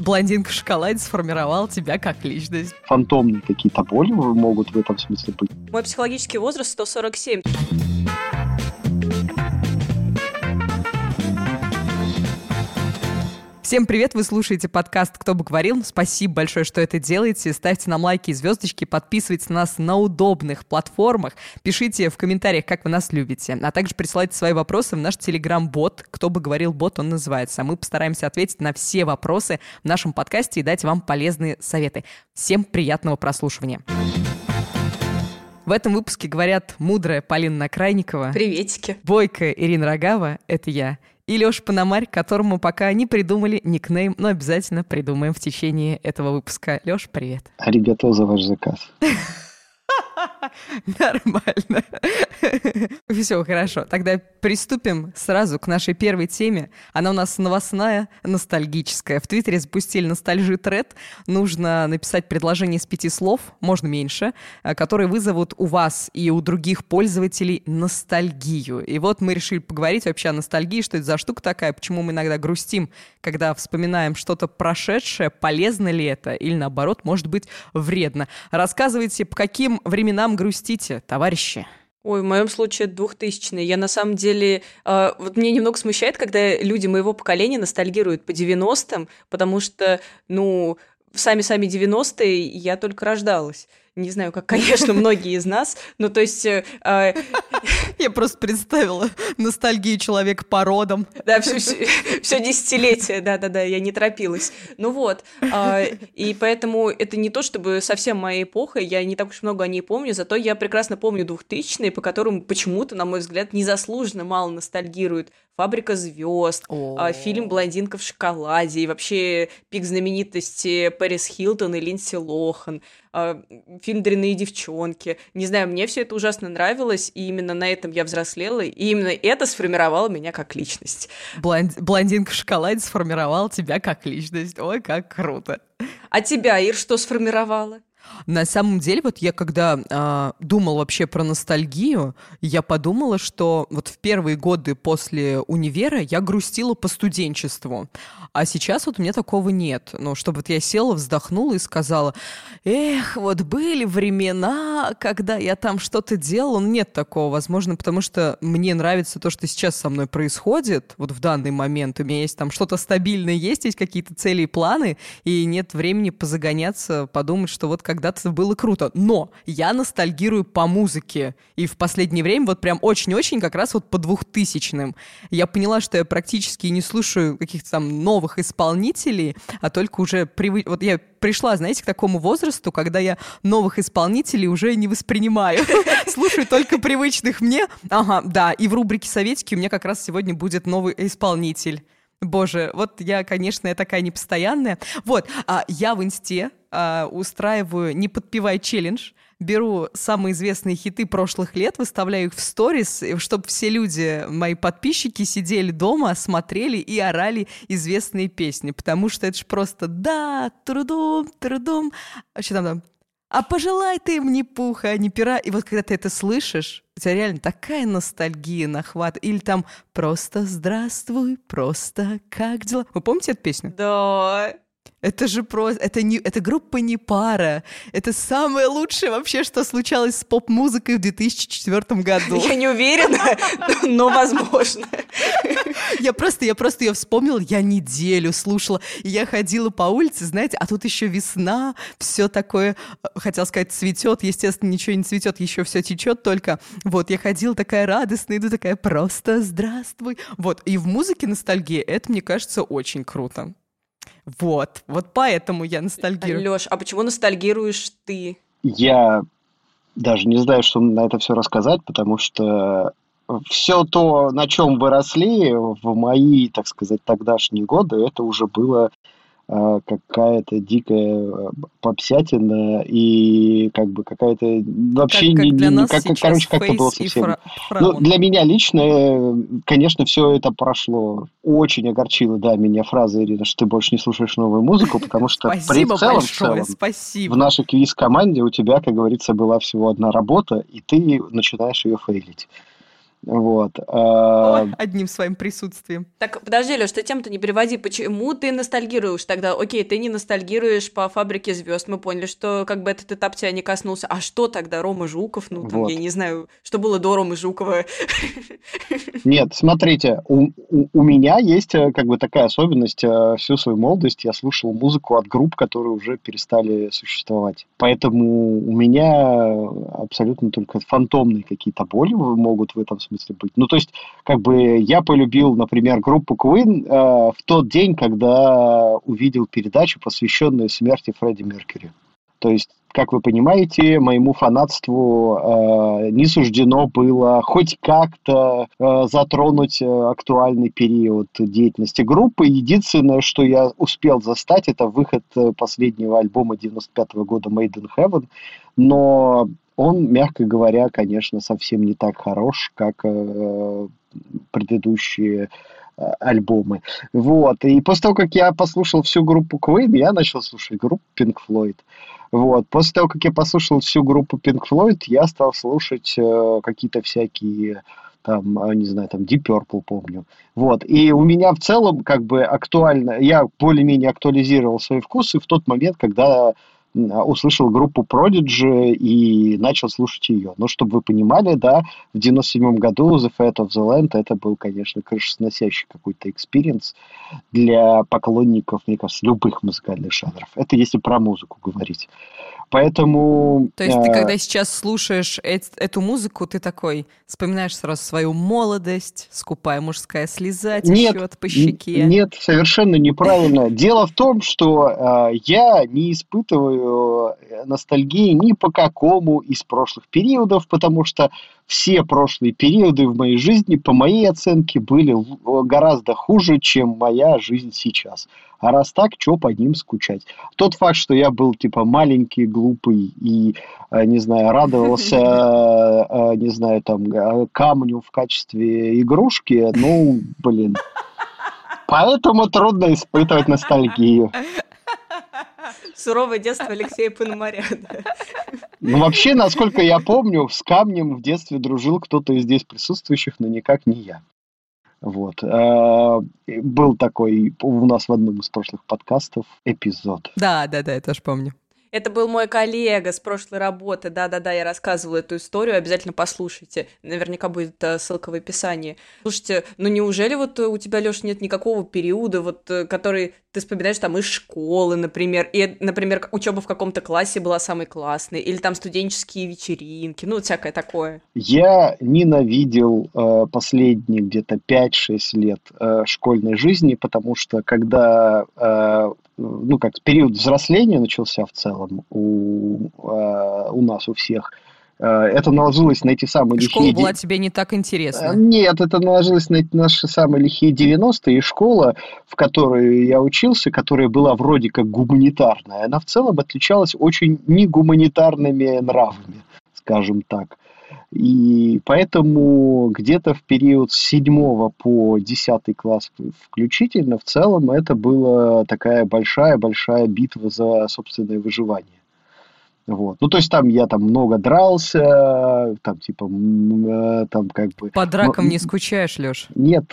блондинка в шоколаде сформировал тебя как личность. Фантомные какие-то боли могут в этом смысле быть. Мой психологический возраст 147. Всем привет, вы слушаете подкаст «Кто бы говорил». Спасибо большое, что это делаете. Ставьте нам лайки и звездочки, подписывайтесь на нас на удобных платформах, пишите в комментариях, как вы нас любите, а также присылайте свои вопросы в наш телеграм-бот. «Кто бы говорил» бот, он называется. Мы постараемся ответить на все вопросы в нашем подкасте и дать вам полезные советы. Всем приятного прослушивания. В этом выпуске говорят мудрая Полина Накрайникова. Приветики. Бойкая Ирина Рогава, это я. И Лёша Пономарь, которому пока не придумали никнейм, но обязательно придумаем в течение этого выпуска. Лёш, привет. Аригато за ваш заказ. Нормально. Все, хорошо. Тогда приступим сразу к нашей первой теме. Она у нас новостная, ностальгическая. В Твиттере запустили ностальжи-тред. Нужно написать предложение из 5 слов, можно меньше, которые вызовут у вас и у других пользователей ностальгию. И вот мы решили поговорить вообще о ностальгии, что это за штука такая, почему мы иногда грустим, когда вспоминаем что-то прошедшее, полезно ли это или, наоборот, может быть, вредно. Рассказывайте, по каким временам грустите, товарищи? Ой, в моем случае это 2000-е. Я на самом деле... вот мне немного смущает, когда люди моего поколения ностальгируют по 90-м, потому что, сами 90-е я только рождалась. Не знаю, как, конечно, многие из нас, то есть... Я просто представила ностальгию человека по родам. Да, все десятилетие, да, я не торопилась. И поэтому это не то, чтобы совсем моя эпоха, я не так уж много о ней помню, зато я прекрасно помню 2000-е, по которым почему-то, на мой взгляд, незаслуженно мало ностальгируют. «Фабрика звезд», фильм «Блондинка в шоколаде» и вообще пик знаменитости Пэрис Хилтон и Линдси Лохан, фильм «Дрянные девчонки». Не знаю, мне все это ужасно нравилось, и именно на этом я взрослела, и именно это сформировало меня как личность. «Блондинка в шоколаде» сформировала тебя как личность. Ой, как круто. А тебя, Ир, что сформировало? На самом деле, вот я когда думал вообще про ностальгию, я подумала, что вот в первые годы после универа я грустила по студенчеству, а сейчас вот у меня такого нет. Чтобы вот я села, вздохнула и сказала, вот были времена, когда я там что-то делала, нет такого, возможно, потому что мне нравится то, что сейчас со мной происходит, вот в данный момент у меня есть там что-то стабильное, есть какие-то цели и планы, и нет времени позагоняться, подумать, что вот когда-то было круто. Но я ностальгирую по музыке. И в последнее время вот прям очень-очень как раз вот по 2000-м. Я поняла, что я практически не слушаю каких-то там новых исполнителей, а только уже Вот я пришла, знаете, к такому возрасту, когда я новых исполнителей уже не воспринимаю. Слушаю только привычных мне. Ага, да, и в рубрике «Советики» у меня как раз сегодня будет новый исполнитель. Боже, вот я, конечно, я такая непостоянная. Вот, я в инсте устраиваю «Не подпевай» челлендж, беру самые известные хиты прошлых лет, выставляю их в сторис, чтобы все люди, мои подписчики, сидели дома, смотрели и орали известные песни, потому что это же просто «да, трудом, трудом». Что там? «А пожелай ты мне пуха, а не пера». И вот когда ты это слышишь, у тебя реально такая ностальгия нахватывает. Или там «Просто здравствуй, просто как дела». Вы помните эту песню? Да. Это же просто... Это группа «Непара». Это самое лучшее вообще, что случалось с поп-музыкой в 2004 году. Я не уверена, но возможно. Я просто ее вспомнила, я неделю слушала. И я ходила по улице, знаете, а тут еще весна, все такое, хотела сказать, цветет. Естественно, ничего не цветет, еще все течет только. Вот, я ходила такая радостная, иду такая «Просто здравствуй». Вот, и в музыке ностальгия, это, мне кажется, очень круто. Вот поэтому я ностальгирую. Лёш, а почему ностальгируешь ты? Я даже не знаю, что на это все рассказать, потому что все то, на чем вы росли в мои, так сказать, тогдашние годы, это уже было какая-то дикая попсятина и как бы какая-то вообще как для нас короче, как-то было совсем. Для меня лично, конечно, все это прошло. Очень огорчило, да, меня фраза, Ирина, что ты больше не слушаешь новую музыку, потому что спасибо в целом, большое, спасибо. В нашей квиз-команде у тебя, как говорится, была всего одна работа, и ты начинаешь ее фейлить. Вот. Одним своим присутствием. Так, подожди, Лёш, ты тем-то не переводи. Почему ты ностальгируешь тогда? Окей, ты не ностальгируешь по «Фабрике звезд». Мы поняли, что как бы этот этап тебя не коснулся. А что тогда Рома Жуков? Ну, там, Вот. я не знаю, что было до Ромы Жукова. Нет, смотрите, у меня есть как бы такая особенность. Всю свою молодость я слушал музыку от групп, которые уже перестали существовать. Поэтому у меня абсолютно только фантомные какие-то боли могут в этом смысле быть. Ну, то есть, как бы я полюбил, например, группу Queen в тот день, когда увидел передачу, посвященную смерти Фредди Меркьюри. То есть, как вы понимаете, моему фанатству не суждено было хоть как-то затронуть актуальный период деятельности группы. Единственное, что я успел застать, это выход последнего альбома 95 года «Made in Heaven», но он, мягко говоря, конечно, совсем не так хорош, как предыдущие альбомы. Вот. И после того, как я послушал всю группу Queen, я начал слушать группу Pink Floyd. Вот. После того, как я послушал всю группу Pink Floyd, я стал слушать какие-то всякие там, не знаю, там Deep Purple помню. Вот. И у меня в целом как бы актуально, я более-менее актуализировал свои вкусы в тот момент, когда услышал группу Prodigy и начал слушать ее. Но чтобы вы понимали, да, в 97 году The Fate of the Land это был, конечно, крышесносящий какой-то экспириенс для поклонников, мне кажется, любых музыкальных жанров. Это если про музыку говорить. Поэтому... То есть ты, когда сейчас слушаешь эту музыку, ты такой вспоминаешь сразу свою молодость, скупая мужская слеза течет по щеке. Нет, совершенно неправильно. Дело в том, что я не испытываю ностальгии ни по какому из прошлых периодов, потому что все прошлые периоды в моей жизни, по моей оценке, были гораздо хуже, чем моя жизнь сейчас. А раз так, что по ним скучать? Тот факт, что я был, типа, маленький, глупый и, не знаю, радовался, не знаю, там, камню в качестве игрушки, ну, блин. Поэтому трудно испытывать ностальгию. Суровое детство Алексея Пономаря. Ну, вообще, насколько я помню, с камнем в детстве дружил кто-то из здесь присутствующих, но никак не я. Вот. Был такой у нас в одном из прошлых подкастов эпизод. Да, я тоже помню. Это был мой коллега с прошлой работы. Да-да-да, я рассказывала эту историю. Обязательно послушайте. Наверняка будет ссылка в описании. Слушайте, ну неужели вот у тебя, Лёш, нет никакого периода, вот, который ты вспоминаешь там из школы, например, и, например, учеба в каком-то классе была самой классной, или там студенческие вечеринки, ну, всякое такое? Я ненавидел последние где-то 5-6 лет школьной жизни, потому что когда... ну, как период взросления начался в целом у нас, у всех. Это наложилось на эти самые лихие... Школа была тебе не так интересна? Нет, это наложилось на эти наши самые лихие 90-е. И школа, в которой я учился, которая была вроде как гуманитарная, она в целом отличалась очень негуманитарными нравами, скажем так. И поэтому где-то в период с 7 по 10 класс включительно в целом это была такая большая-большая битва за собственное выживание. Вот. Ну, то есть там я там много дрался, там типа, там как бы... По дракам не скучаешь, Лёш? Нет,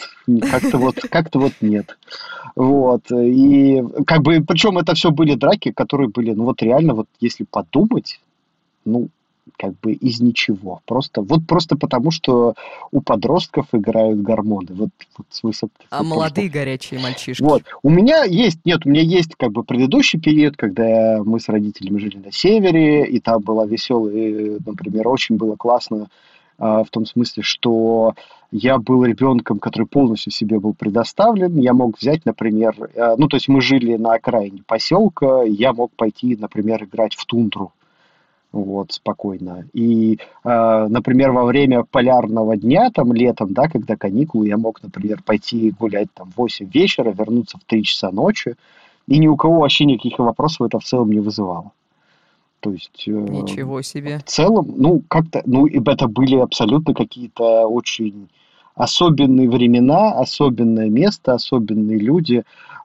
как-то вот нет. Вот. И как бы, причем это все были драки, которые были, ну вот реально, вот если подумать, ну, как бы из ничего. Просто потому, что у подростков играют гормоны. Вот смысл. А молодые горячие мальчишки. Вот. У меня есть как бы предыдущий период, когда мы с родителями жили на севере, и там была веселая, например, очень было классно в том смысле, что я был ребенком, который полностью себе был предоставлен. Я мог взять, например, ну, то есть мы жили на окраине поселка, я мог пойти, например, играть в тундру. Вот, спокойно. И, например, во время полярного дня, там, летом, да, когда каникулы, я мог, например, пойти гулять там в 8 вечера, вернуться в 3 часа ночи, и ни у кого вообще никаких вопросов это в целом не вызывало. То есть... Ничего себе. В целом, ну, как-то, ну, это были абсолютно какие-то очень особенные времена, особенное место, особенные люди.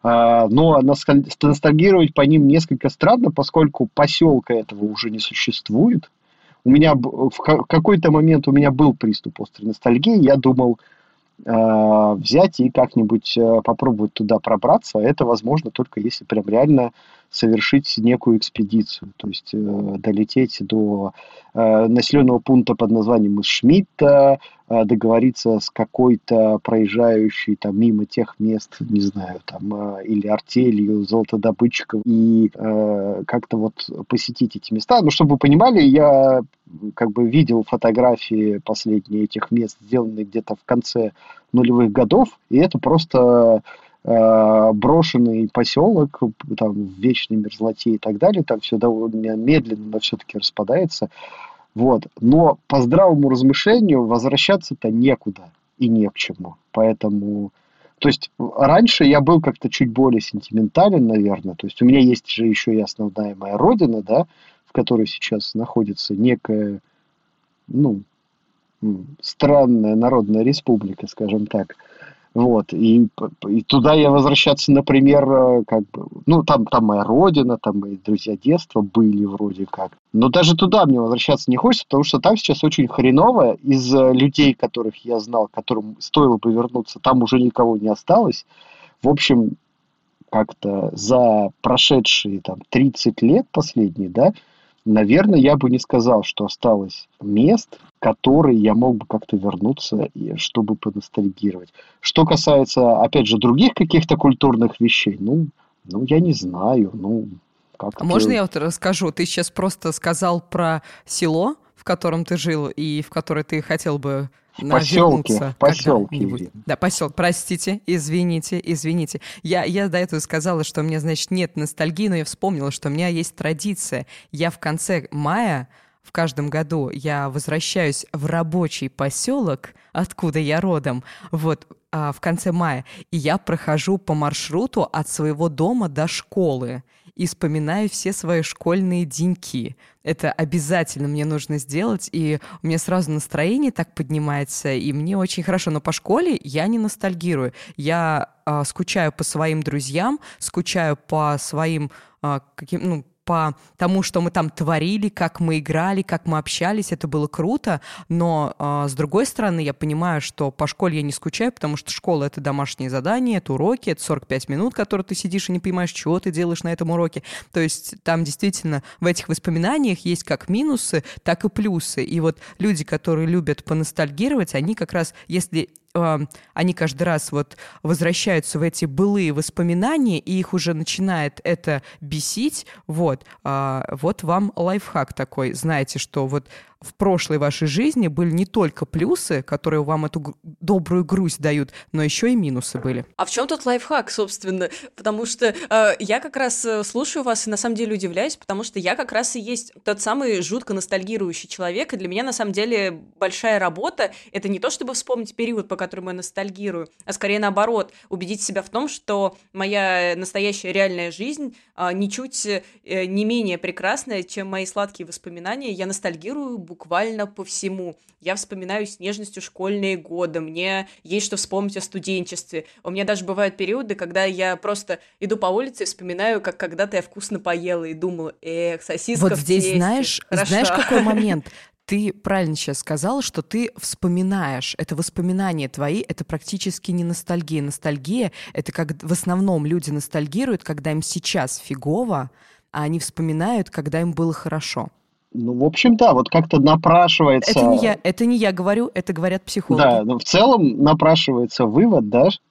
Но ностальгировать по ним несколько странно, поскольку поселка этого уже не существует. у меня в какой-то момент у меня был приступ острой ностальгии, я думал взять и как-нибудь попробовать туда пробраться. Это возможно только если прям реально совершить некую экспедицию, то есть долететь до населенного пункта под названием Шмидта, договориться с какой-то проезжающей там мимо тех мест, не знаю, там или артелью, золотодобытчиков, и как-то вот посетить эти места. Ну, чтобы вы понимали, я как бы видел фотографии последние этих мест, сделанные где-то в конце нулевых годов, и это просто брошенный поселок, там, в вечной мерзлоте и так далее, там все довольно медленно, но все-таки распадается. Вот. Но по здравому размышлению возвращаться-то некуда и не к чему. Поэтому... То есть раньше я был как-то чуть более сентиментален, наверное. То есть у меня есть же еще и основная моя родина, да, в которой сейчас находится некая, ну, странная народная республика, скажем так. Вот, и туда я возвращаться, например, как бы, ну, там моя родина, там мои друзья детства были вроде как. Но даже туда мне возвращаться не хочется, потому что там сейчас очень хреново. Из людей, которых я знал, которым стоило бы вернуться, там уже никого не осталось. В общем, как-то за прошедшие там 30 лет последние, да, наверное, я бы не сказал, что осталось мест, в которые я мог бы как-то вернуться, чтобы поностальгировать. Что касается, опять же, других каких-то культурных вещей, ну я не знаю, как-то... Можно я вот расскажу? Ты сейчас просто сказал про село, в котором ты жил и в которое ты хотел бы вернуться. В поселке. Да, поселок. Простите, извините. Я до этого сказала, что у меня, значит, нет ностальгии, но я вспомнила, что у меня есть традиция. Я в конце мая в каждом году я возвращаюсь в рабочий поселок, откуда я родом, вот, в конце мая, и я прохожу по маршруту от своего дома до школы и вспоминаю все свои школьные деньки. Это обязательно мне нужно сделать, и у меня сразу настроение так поднимается, и мне очень хорошо. Но по школе я не ностальгирую. Я скучаю по своим друзьям, скучаю по своим по тому, что мы там творили, как мы играли, как мы общались, это было круто, но с другой стороны я понимаю, что по школе я не скучаю, потому что школа — это домашние задания, это уроки, это 45 минут, которые ты сидишь и не понимаешь, чего ты делаешь на этом уроке. То есть там действительно в этих воспоминаниях есть как минусы, так и плюсы. И вот люди, которые любят поностальгировать, они как раз, если они каждый раз вот возвращаются в эти былые воспоминания, и их уже начинает это бесить, вот вам лайфхак такой. Знаете, что вот в прошлой вашей жизни были не только плюсы, которые вам эту добрую грусть дают, но еще и минусы были. А в чем тут лайфхак, собственно? Потому что я как раз слушаю вас и на самом деле удивляюсь, потому что я как раз и есть тот самый жутко ностальгирующий человек, и для меня на самом деле большая работа — это не то, чтобы вспомнить период, по которому я ностальгирую, а скорее наоборот, убедить себя в том, что моя настоящая реальная жизнь ничуть не менее прекрасная, чем мои сладкие воспоминания. Я ностальгирую буквально по всему. Я вспоминаю с нежностью школьные годы, мне есть что вспомнить о студенчестве. У меня даже бывают периоды, когда я просто иду по улице и вспоминаю, как когда-то я вкусно поела и думала, сосиска вот в здесь тесте, знаешь какой момент? Ты правильно сейчас сказала, что ты вспоминаешь. Это воспоминания твои, это практически не ностальгия. Ностальгия — это как в основном люди ностальгируют, когда им сейчас фигово, а они вспоминают, когда им было хорошо. Ну, в общем, да, вот как-то напрашивается... Это не я говорю, это говорят психологи. Да, но в целом напрашивается вывод,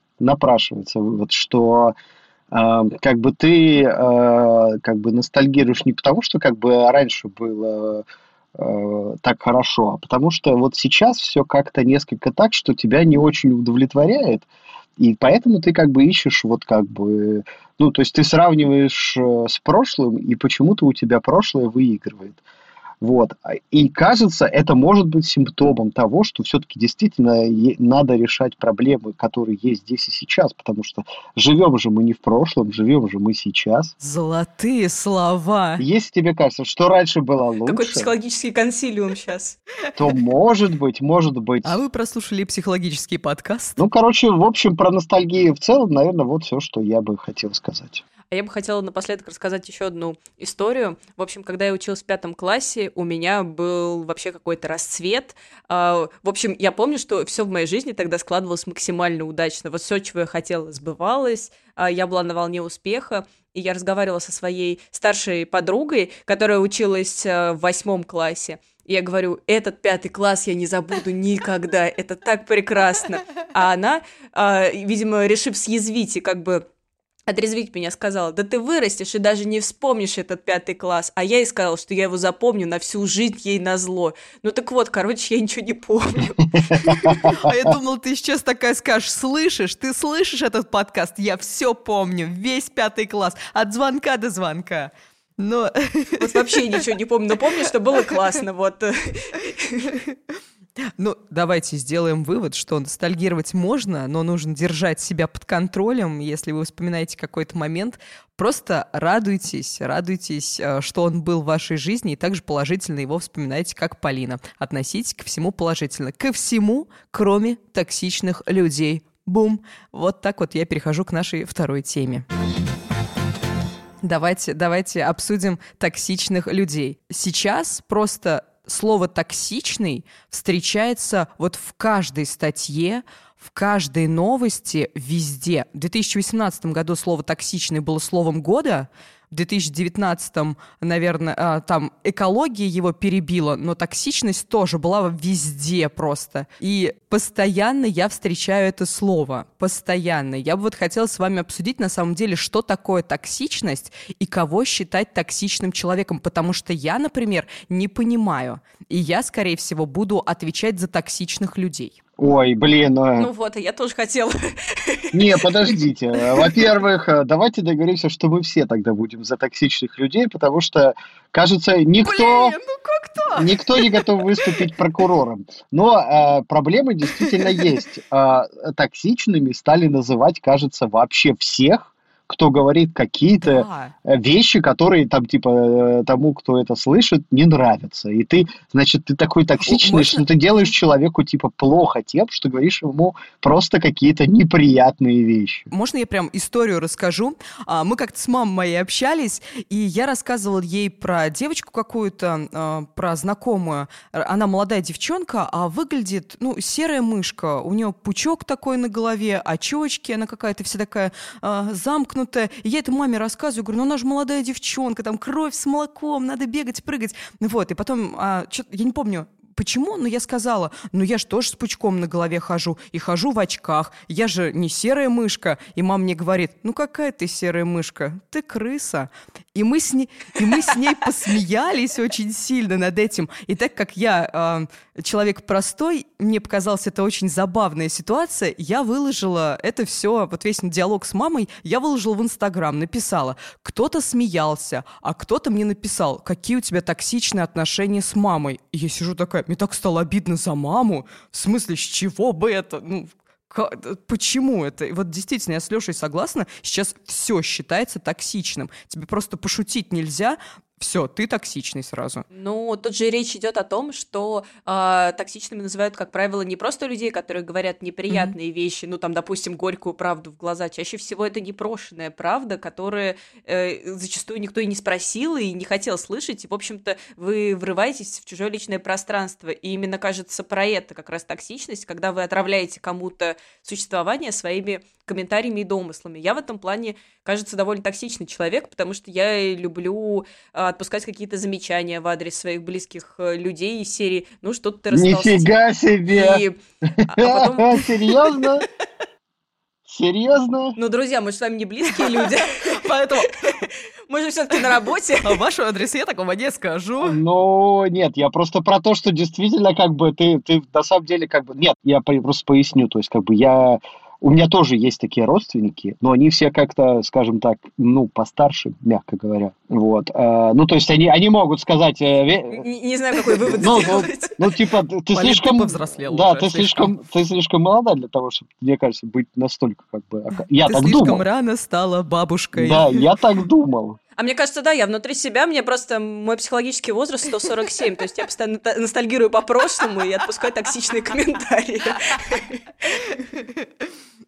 что как бы ты как бы ностальгируешь не потому, что как бы раньше было так хорошо, а потому что вот сейчас все как-то несколько так, что тебя не очень удовлетворяет, и поэтому ты как бы ищешь вот как бы... Ну, то есть ты сравниваешь с прошлым, и почему-то у тебя прошлое выигрывает. Вот. И кажется, это может быть симптомом того, что все-таки действительно надо решать проблемы, которые есть здесь и сейчас, потому что живем же мы не в прошлом, живем же мы сейчас. Золотые слова. Если тебе кажется, что раньше было лучше... Какой психологический консилиум сейчас. То может быть. А вы прослушали психологический подкаст? Ну, короче, в общем, про ностальгию в целом, наверное, вот все, что я бы хотел сказать. А я бы хотела напоследок рассказать еще одну историю. В общем, когда я училась в 5 классе, у меня был вообще какой-то расцвет. В общем, я помню, что все в моей жизни тогда складывалось максимально удачно. Вот все, чего я хотела, сбывалось. Я была на волне успеха. И я разговаривала со своей старшей подругой, которая училась в 8 классе. И я говорю, этот 5 класс я не забуду никогда, это так прекрасно. А она, видимо, решив съязвить и как бы отрезвить меня, сказала, да ты вырастешь и даже не вспомнишь этот 5 класс. А я ей сказала, что я его запомню на всю жизнь ей назло. Ну так вот, короче, я ничего не помню. А я думала, ты сейчас такая скажешь, ты слышишь этот подкаст? Я все помню, весь 5 класс, от звонка до звонка. Но... Вот вообще ничего не помню, но помню, что было классно, вот. Ну, давайте сделаем вывод, что ностальгировать можно, но нужно держать себя под контролем. Если вы вспоминаете какой-то момент, просто радуйтесь, что он был в вашей жизни, и также положительно его вспоминайте, как Полина. Относитесь ко всему положительно. Ко всему, кроме токсичных людей. Бум! Вот так вот я перехожу к нашей второй теме. Давайте обсудим токсичных людей. Сейчас просто слово «токсичный» встречается вот в каждой статье, в каждой новости, везде. В 2018 году слово «токсичный» было словом года, в 2019, наверное, там экология его перебила, но токсичность тоже была везде просто. И постоянно я встречаю это слово. Постоянно. Я бы вот хотела с вами обсудить, на самом деле, что такое токсичность и кого считать токсичным человеком, потому что я, например, не понимаю. И я, скорее всего, буду отвечать за токсичных людей. Ой, блин. Ну вот, я тоже хотела. Не, подождите. Во-первых, давайте договоримся, что мы все тогда будем за токсичных людей, потому что, кажется, никто не готов выступить прокурором. Но проблемы действительно есть. Токсичными стали называть, кажется, вообще всех, кто говорит какие-то вещи, которые там, типа, тому, кто это слышит, не нравятся. И ты, значит, ты такой токсичный, что ты делаешь человеку, типа, плохо тем, что говоришь ему просто какие-то неприятные вещи. Можно я прям историю расскажу? Мы как-то с мамой моей общались, и я рассказывала ей про девочку какую-то, про знакомую. Она молодая девчонка, а выглядит, серая мышка. У нее пучок такой на голове, очечки, она какая-то вся такая замкнутая. И я это маме рассказываю, говорю, она же молодая девчонка, там кровь с молоком, надо бегать, прыгать. Вот, и потом, я не помню, почему, но я сказала, я же тоже с пучком на голове хожу, и хожу в очках, я же не серая мышка. И мама мне говорит, какая ты серая мышка, ты крыса. И мы с ней посмеялись очень сильно над этим. И так как я человек простой, мне показалась это очень забавная ситуация, я выложила это все, вот весь диалог с мамой, я выложила в Инстаграм, написала, кто-то смеялся, а кто-то мне написал, какие у тебя токсичные отношения с мамой. И я сижу такая, мне так стало обидно за маму, в смысле, с чего бы это, почему это? И вот действительно, я с Лешей согласна, сейчас все считается токсичным. Тебе просто пошутить нельзя, все, ты токсичный сразу. Тут же речь идет о том, что токсичными называют, как правило, не просто людей, которые говорят неприятные вещи, допустим, горькую правду в глаза. Чаще всего это непрошенная правда, которую зачастую никто и не спросил, и не хотел слышать. И, в общем-то, вы врываетесь в чужое личное пространство. И именно, кажется, про это как раз токсичность, когда вы отравляете кому-то существование своими комментариями и домыслами. Я в этом плане, кажется, довольно токсичный человек, потому что я люблю отпускать какие-то замечания в адрес своих близких людей из серии что-то ты расстался. Нифига себе! Потом... Серьезно? Серьезно? Друзья, мы же с вами не близкие люди, поэтому мы же все-таки на работе. А ваш адрес я такого не скажу. Нет, я просто про то, что действительно ты на самом деле нет, я просто поясню, то есть у меня тоже есть такие родственники, но они все как-то, скажем так, постарше, мягко говоря. Вот. То есть они могут сказать... Не знаю, какой вывод сделать. Ты слишком... повзрослел. Да, ты слишком молода для того, чтобы, мне кажется, быть настолько Я так думал. Ты слишком рано стала бабушкой. Да, я так думал. А мне кажется, да, я внутри себя, мне просто мой психологический возраст 147, то есть я постоянно ностальгирую по прошлому и отпускаю токсичные комментарии.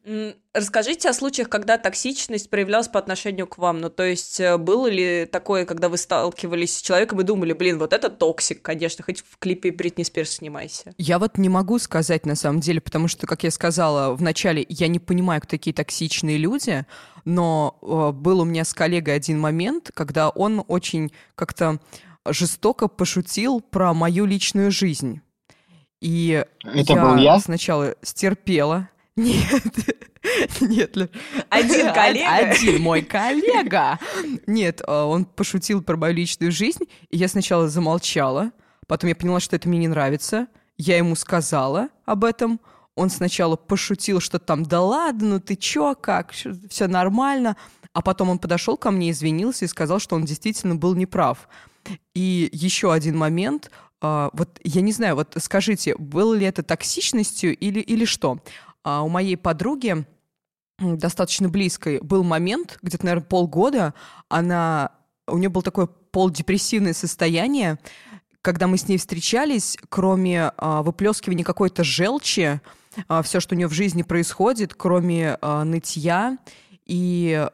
Расскажите о случаях, когда токсичность проявлялась по отношению к вам. Ну, то есть, было ли такое, когда вы сталкивались с человеком и думали, блин, вот это токсик, конечно, хоть в клипе Бритни Спирс снимайся. Я вот не могу сказать на самом деле, потому что, как я сказала в начале, я не понимаю, кто такие токсичные люди, но был у меня с коллегой один момент, когда он очень как-то жестоко пошутил про мою личную жизнь. И Это был я? сначала стерпела. Нет, нет. Один коллега? Один мой коллега. Нет, он пошутил про мою личную жизнь, и я сначала замолчала, потом я поняла, что это мне не нравится, я ему сказала об этом, он сначала пошутил, что там, да ладно, ну ты чё, как, все нормально, а потом он подошел ко мне, извинился и сказал, что он действительно был неправ. И еще один момент, вот я не знаю, вот скажите, было ли это токсичностью или что? У моей подруги, достаточно близкой, был момент, где-то, наверное, полгода, у нее было такое полудепрессивное состояние, когда мы с ней встречались, кроме выплескивания какой-то желчи, все, что у нее в жизни происходит, кроме нытья и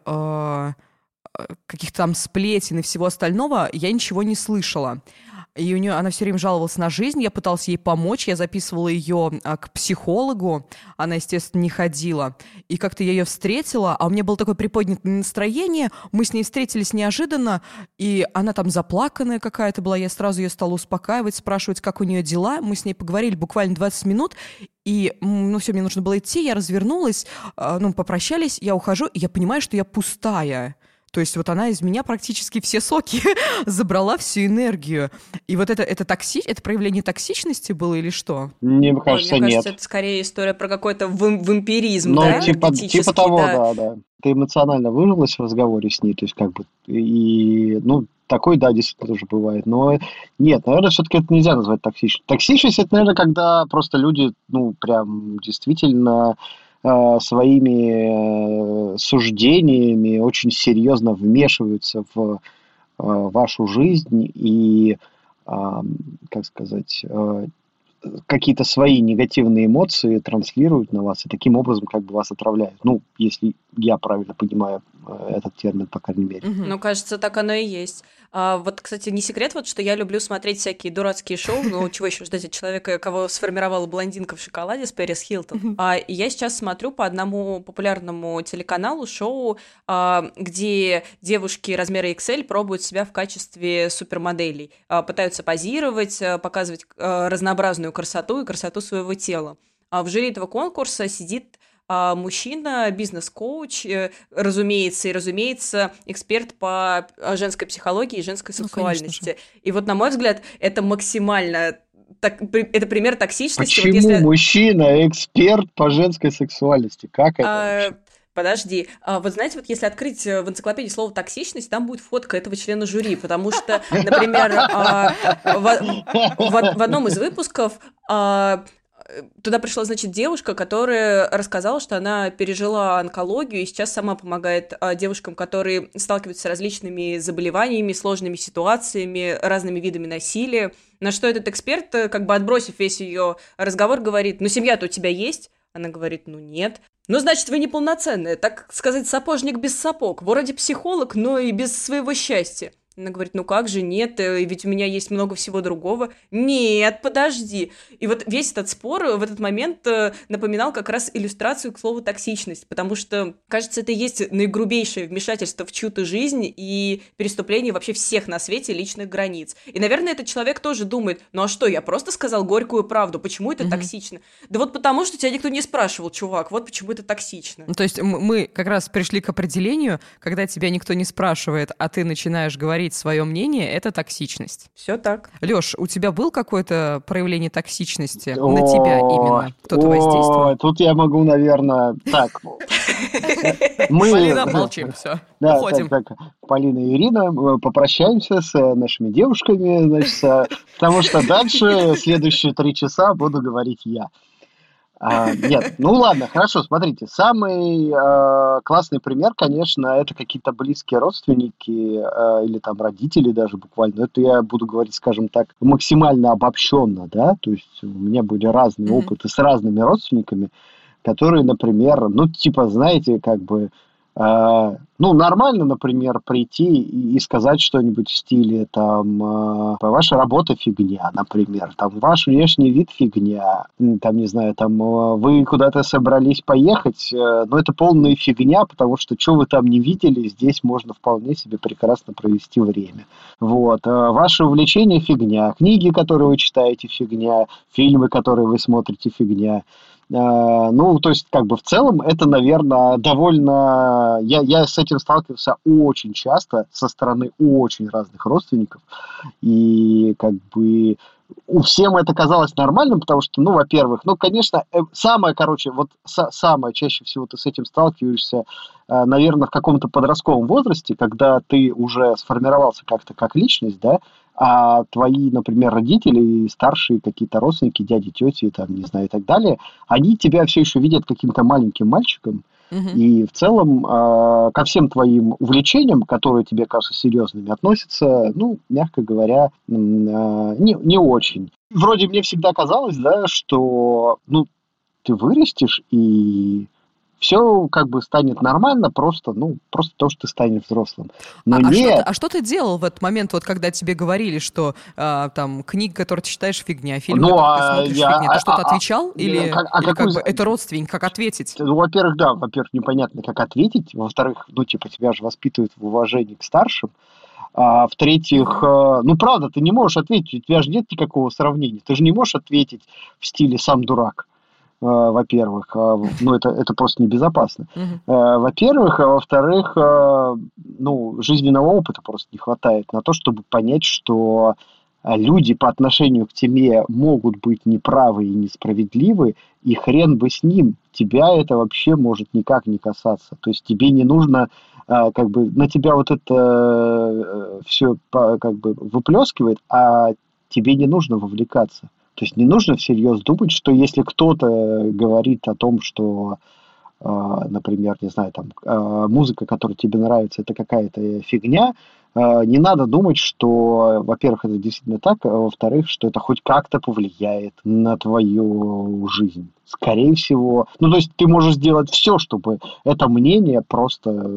каких-то там сплетен и всего остального, я ничего не слышала. И она все время жаловалась на жизнь, я пыталась ей помочь, я записывала ее к психологу, она, естественно, не ходила. И как-то я ее встретила, а у меня было такое приподнятое настроение, мы с ней встретились неожиданно, и она там заплаканная какая-то была, я сразу ее стала успокаивать, спрашивать, как у нее дела, мы с ней поговорили буквально 20 минут, и, все, мне нужно было идти, я развернулась, попрощались, я ухожу, и я понимаю, что я пустая. То есть вот она из меня практически все соки забрала, всю энергию. И вот это проявление токсичности было или что? Мне кажется, мне нет. кажется, это скорее история про какой-то вампиризм, Ну, да? типа того, да. Ты эмоционально выжилась в разговоре с ней, то есть как бы, такой, да, действительно тоже бывает. Но нет, наверное, все-таки это нельзя назвать токсичностью. Токсичность – это, наверное, когда просто люди, прям действительно своими суждениями очень серьезно вмешиваются в вашу жизнь и, как сказать, какие-то свои негативные эмоции транслируют на вас и таким образом как бы вас отравляют. Ну, если я правильно понимаю этот термин, по крайней мере. Ну, кажется, так оно и есть. Вот, кстати, не секрет, вот, что я люблю смотреть всякие дурацкие шоу, ну, чего еще ждать от человека, кого сформировала блондинка в шоколаде с Пэрис Хилтон. И я сейчас смотрю по одному популярному телеканалу шоу, где девушки размера XL пробуют себя в качестве супермоделей, пытаются позировать, показывать разнообразную красоту и красоту своего тела. В жюри этого конкурса сидит мужчина, бизнес-коуч, разумеется, эксперт по женской психологии и женской сексуальности. И вот, на мой взгляд, это максимально... это пример токсичности. Почему вот если... мужчина эксперт по женской сексуальности? Как это? Подожди. Вот знаете, вот если открыть в энциклопедии слово «токсичность», там будет фотка этого члена жюри, потому что, например, в одном из выпусков туда пришла, значит, девушка, которая рассказала, что она пережила онкологию и сейчас сама помогает девушкам, которые сталкиваются с различными заболеваниями, сложными ситуациями, разными видами насилия. На что этот эксперт, как бы отбросив весь ее разговор, говорит: ну, семья-то у тебя есть? Она говорит: ну, нет. Ну, значит, вы неполноценная, так сказать, сапожник без сапог. Вроде психолог, но и без своего счастья. Она говорит: ну как же, нет, ведь у меня есть много всего другого. Нет, подожди. И вот весь этот спор в этот момент напоминал как раз иллюстрацию к слову «токсичность», потому что, кажется, это и есть наигрубейшее вмешательство в чью-то жизнь и переступление вообще всех на свете личных границ. И, наверное, этот человек тоже думает: ну а что, я просто сказал горькую правду, почему это токсично? Да вот потому, что тебя никто не спрашивал, чувак, вот почему это токсично. То есть мы как раз пришли к определению, когда тебя никто не спрашивает, а ты начинаешь говорить свое мнение, это токсичность. Все так. Лёш, у тебя было какое-то проявление токсичности на тебя именно? Кто-то воздействовал? Тут я могу, наверное... Так. Полина, молчим, все. Уходим. Так, Полина и Ирина, попрощаемся с нашими девушками, значит, потому что дальше следующие 3 часа буду говорить я. Нет, ну ладно, хорошо, смотрите, самый классный пример, конечно, это какие-то близкие родственники или там родители даже буквально. Это я буду говорить, скажем так, максимально обобщенно, да, то есть у меня были разные опыты с разными родственниками. которые, например, ну, типа, знаете, как бы, ну, нормально, например, прийти и сказать что-нибудь в стиле, там, ваша работа фигня, например, там, ваш внешний вид фигня, там, не знаю, там, вы куда-то собрались поехать, но это полная фигня, потому что вы там не видели, здесь можно вполне себе прекрасно провести время. Вот. Ваше увлечение фигня, книги, которые вы читаете, фигня, фильмы, которые вы смотрите, фигня. Ну, то есть, как бы в целом, это, наверное, довольно... Я с этим сталкивался очень часто со стороны очень разных родственников. И как бы у всем это казалось нормальным, потому что, ну, во-первых, ну, конечно, самое чаще всего ты с этим сталкиваешься, наверное, в каком-то подростковом возрасте, когда ты уже сформировался как-то как личность, да, а твои, например, родители, старшие какие-то родственники, дяди, тети, там, не знаю, и так далее, они тебя все еще видят каким-то маленьким мальчиком, и в целом ко всем твоим увлечениям, которые тебе кажутся серьезными, относятся, ну, мягко говоря, не очень. Вроде мне всегда казалось, да, что, ну, ты вырастешь, и все как бы станет нормально, просто то, что ты станешь взрослым. Но нет. Что ты делал в этот момент, вот когда тебе говорили, что там книга, которую ты читаешь, фигня, фильм, который ты смотришь, фигня, ты что-то отвечал? Или как бы это родственник, как ответить? Ну, во-первых, непонятно, как ответить. Во-вторых, ну, типа, тебя же воспитывают в уважении к старшим. А в-третьих, ну, правда, ты не можешь ответить, у тебя же нет никакого сравнения. Ты же не можешь ответить в стиле «сам дурак». Во-первых, ну, это просто небезопасно. Во-первых, а во-вторых, ну, жизненного опыта просто не хватает на то, чтобы понять, что люди по отношению к тебе могут быть неправы и несправедливы, и хрен бы с ним. Тебя это вообще может никак не касаться. То есть тебе не нужно, как бы, на тебя вот это все как бы выплескивает, а тебе не нужно вовлекаться. То есть не нужно всерьез думать, что если кто-то говорит о том, что, например, не знаю, там, музыка, которая тебе нравится, это какая-то фигня, не надо думать, что, во-первых, это действительно так, а во-вторых, что это хоть как-то повлияет на твою жизнь. Скорее всего, ну, то есть ты можешь сделать все, чтобы это мнение просто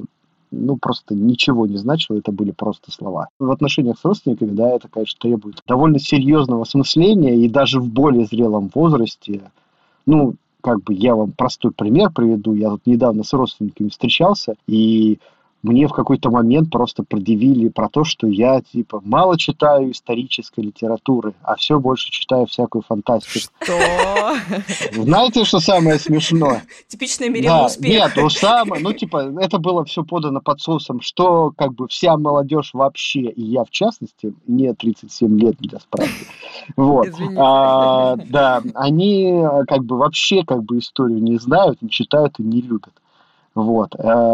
ничего не значило, это были просто слова. В отношениях с родственниками, да, это, конечно, требует довольно серьезного осмысления, и даже в более зрелом возрасте, ну, как бы я вам простой пример приведу, я тут недавно с родственниками встречался, и мне в какой-то момент просто предъявили про то, что я, типа, мало читаю исторической литературы, а все больше читаю всякую фантастику. Что? Знаете, что самое смешное? Типичная Мирена успех. Нет, это было все подано под соусом, что, как бы, вся молодежь вообще, и я в частности, мне 37 лет для справки. Вот. Да, они, как бы, вообще, как бы, историю не знают, не читают и не любят. Вот.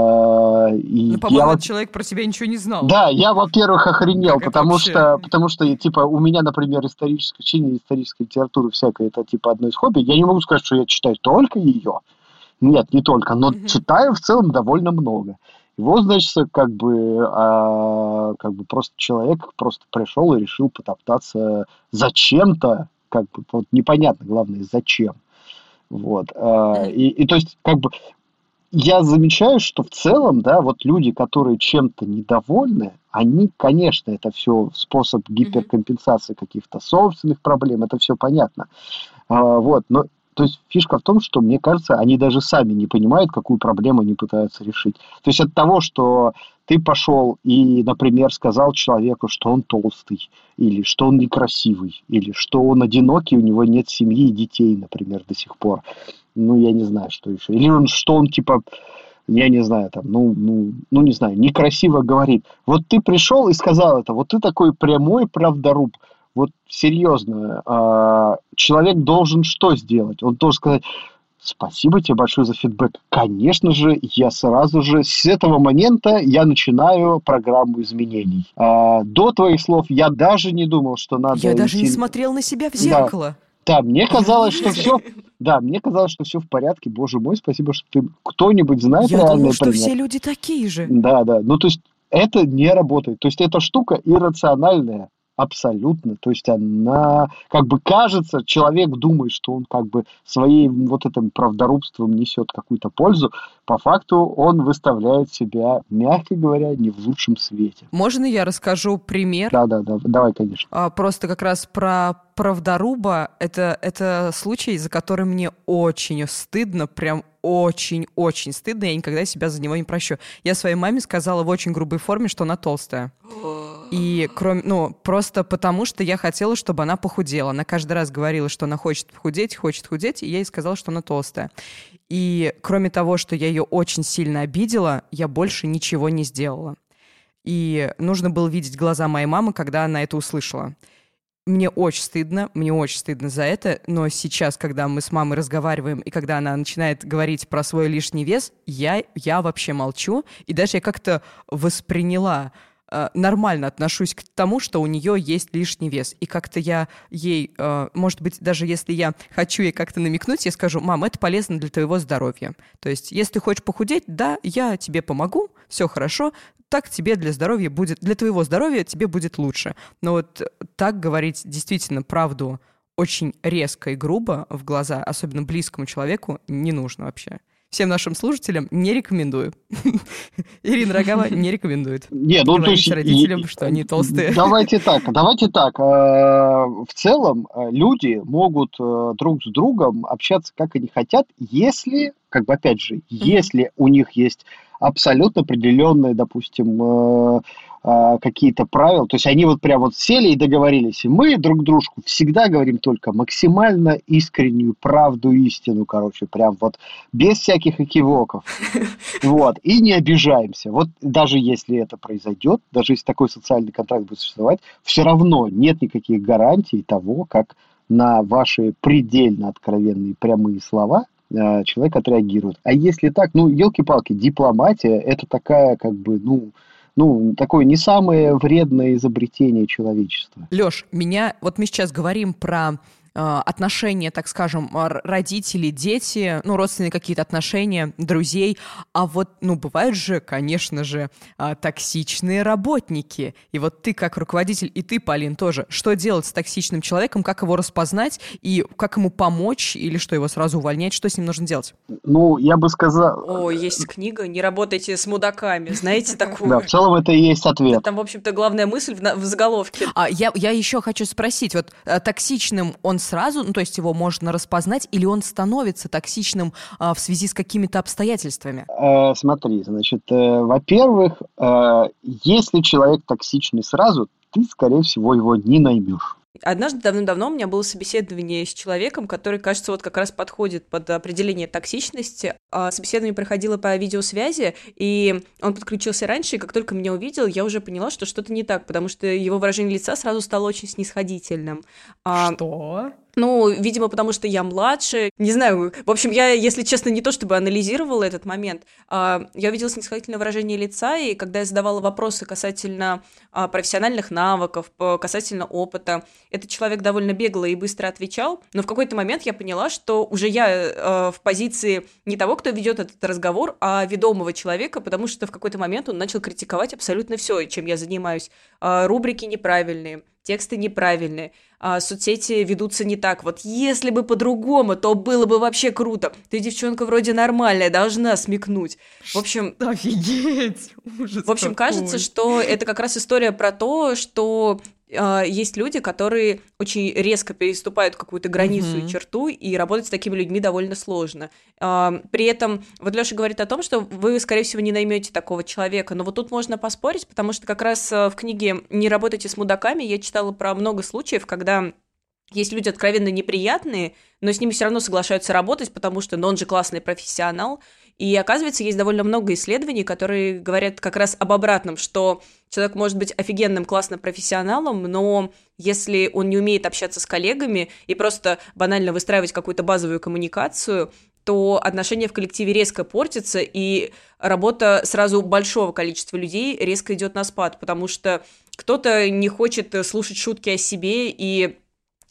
Ну, по-моему, этот человек про тебя ничего не знал. Да, я, во-первых, охренел, потому что, типа, у меня, например, чтение исторической литературы всякое, это, типа, одно из хобби. Я не могу сказать, что я читаю только ее. Нет, не только, но читаю в целом довольно много. И вот, значит, как бы просто человек просто пришел и решил потоптаться зачем-то, как бы, вот непонятно, главное, зачем. Вот. И то есть, как бы, я замечаю, что в целом, да, вот люди, которые чем-то недовольны, они, конечно, это все способ гиперкомпенсации каких-то собственных проблем, это все понятно. Вот, но то есть фишка в том, что, мне кажется, они даже сами не понимают, какую проблему они пытаются решить. То есть от того, что ты пошел и, например, сказал человеку, что он толстый, или что он некрасивый, или что он одинокий, у него нет семьи и детей, например, до сих пор. Ну, я не знаю, что еще. Или что он, типа, я не знаю, там, не знаю, некрасиво говорит. Вот ты пришел и сказал это, вот ты такой прямой правдоруб. Вот серьезно, человек должен что сделать? Он должен сказать: спасибо тебе большое за фидбэк. Конечно же, я сразу же с этого момента я начинаю программу изменений. До твоих слов я даже не думал, что надо... Я даже не смотрел на себя в зеркало. Да, мне казалось, что все... Да, мне казалось, что все в порядке. Боже мой, спасибо, что ты... Кто-нибудь знает реальный пример? Я думал, что все люди такие же. Да. Ну, то есть, это не работает. То есть, эта штука иррациональная. абсолютно. То есть она, как бы кажется, человек думает, что он как бы своим вот этим правдорубством несет какую-то пользу. По факту он выставляет себя, мягко говоря, не в лучшем свете. Можно я расскажу пример? Да, давай, конечно. Просто как раз про правдоруба. Это случай, за который мне очень стыдно, прям очень-очень стыдно. Я никогда себя за него не прощу. Я своей маме сказала в очень грубой форме, что она толстая. И просто потому, что я хотела, чтобы она похудела. Она каждый раз говорила, что она хочет худеть, и я ей сказала, что она толстая. И кроме того, что я ее очень сильно обидела, я больше ничего не сделала. И нужно было видеть глаза моей мамы, когда она это услышала. Мне очень стыдно за это, но сейчас, когда мы с мамой разговариваем, и когда она начинает говорить про свой лишний вес, я вообще молчу, и даже я как-то восприняла, нормально отношусь к тому, что у нее есть лишний вес. И как-то я ей, может быть, даже если я хочу ей как-то намекнуть, я скажу: мам, это полезно для твоего здоровья. То есть, если ты хочешь похудеть, да, я тебе помогу, все хорошо, так тебе для твоего здоровья тебе будет лучше. Но вот так говорить действительно правду очень резко и грубо в глаза, особенно близкому человеку, не нужно вообще. Всем нашим слушателям не рекомендую. Ирина Рогава не рекомендует. Говорить родителям, что они толстые. Давайте так. В целом люди могут друг с другом общаться, как они хотят, если, если у них есть абсолютно определенные, допустим, какие-то правила. То есть они вот прям вот сели и договорились. И мы друг дружку всегда говорим только максимально искреннюю правду, истину, прям вот без всяких экивоков. Вот. И не обижаемся. Вот даже если это произойдет, даже если такой социальный контракт будет существовать, все равно нет никаких гарантий того, как на ваши предельно откровенные прямые слова человек отреагирует. А если так, елки-палки, дипломатия — это такая, такое не самое вредное изобретение человечества. Лёш, мы сейчас говорим про отношения, так скажем, родители, дети, родственные какие-то отношения, друзей. А вот, бывают же, конечно же, токсичные работники. И вот ты как руководитель, и ты, Полин, тоже. Что делать с токсичным человеком, как его распознать, и как ему помочь, или что, его сразу увольнять, что с ним нужно делать? Я бы сказал... О, есть книга «Не работайте с мудаками». Знаете такую? Да, в целом это и есть ответ. Там, в общем-то, главная мысль в заголовке. Я еще хочу спросить, вот токсичным он сразу, то есть его можно распознать, или он становится токсичным в связи с какими-то обстоятельствами? Смотри, во-первых, если человек токсичный сразу, ты, скорее всего, его не наймешь. Однажды давным-давно у меня было собеседование с человеком, который, кажется, вот как раз подходит под определение токсичности. Собеседование проходило по видеосвязи, и он подключился раньше, и как только меня увидел, я уже поняла, что что-то не так, потому что его выражение лица сразу стало очень снисходительным. Что? Видимо, потому что я младше. Не знаю. В общем, я, если честно, не то чтобы анализировала этот момент. Я увидела снисходительное выражение лица, и когда я задавала вопросы касательно профессиональных навыков, касательно опыта, этот человек довольно бегло и быстро отвечал. Но в какой-то момент я поняла, что уже я в позиции не того, кто ведет этот разговор, а ведомого человека, потому что в какой-то момент он начал критиковать абсолютно все, чем я занимаюсь. Рубрики неправильные, тексты неправильные, соцсети ведутся не так. Вот если бы по-другому, то было бы вообще круто. Ты, девчонка, вроде нормальная, должна смекнуть. В общем... Офигеть! Ужас в общем, какой. кажется, что это как раз история про то, что есть люди, которые очень резко переступают какую-то границу и черту, и работать с такими людьми довольно сложно. При этом, вот Лёша говорит о том, что вы, скорее всего, не наймете такого человека, но вот тут можно поспорить, потому что как раз в книге «Не работайте с мудаками» я читала про много случаев, когда есть люди откровенно неприятные, но с ними все равно соглашаются работать, потому что он же классный профессионал. И оказывается, есть довольно много исследований, которые говорят как раз об обратном, что человек может быть офигенным, классным профессионалом, но если он не умеет общаться с коллегами и просто банально выстраивать какую-то базовую коммуникацию, то отношения в коллективе резко портятся, и работа сразу большого количества людей резко идет на спад, потому что кто-то не хочет слушать шутки о себе и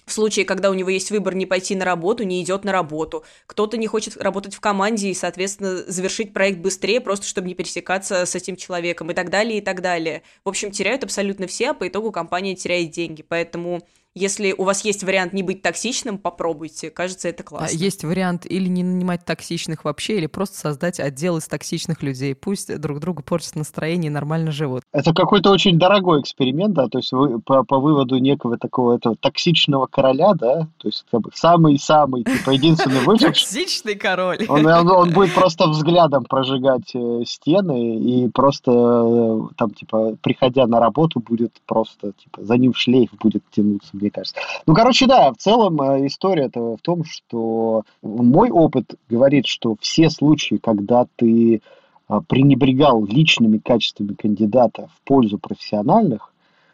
в случае, когда у него есть выбор не пойти на работу, не идет на работу. Кто-то не хочет работать в команде и, соответственно, завершить проект быстрее, просто чтобы не пересекаться с этим человеком и так далее, и так далее. В общем, теряют абсолютно все, а по итогу компания теряет деньги. Поэтому если у вас есть вариант не быть токсичным, попробуйте. Кажется, это классно. Есть вариант или не нанимать токсичных вообще, или просто создать отдел из токсичных людей. Пусть друг другу портят настроение и нормально живут. Это какой-то очень дорогой эксперимент, да, то есть вы по выводу некого такого этого токсичного короля, да, то есть как бы самый-самый, типа, единственный выживший. Токсичный король. Он будет просто взглядом прожигать стены и просто там, типа, приходя на работу, будет просто, типа, за ним шлейф будет тянуться, мне кажется. Ну, короче, да, в целом история-то в том, что мой опыт говорит, что все случаи, когда ты пренебрегал личными качествами кандидата в пользу профессиональных,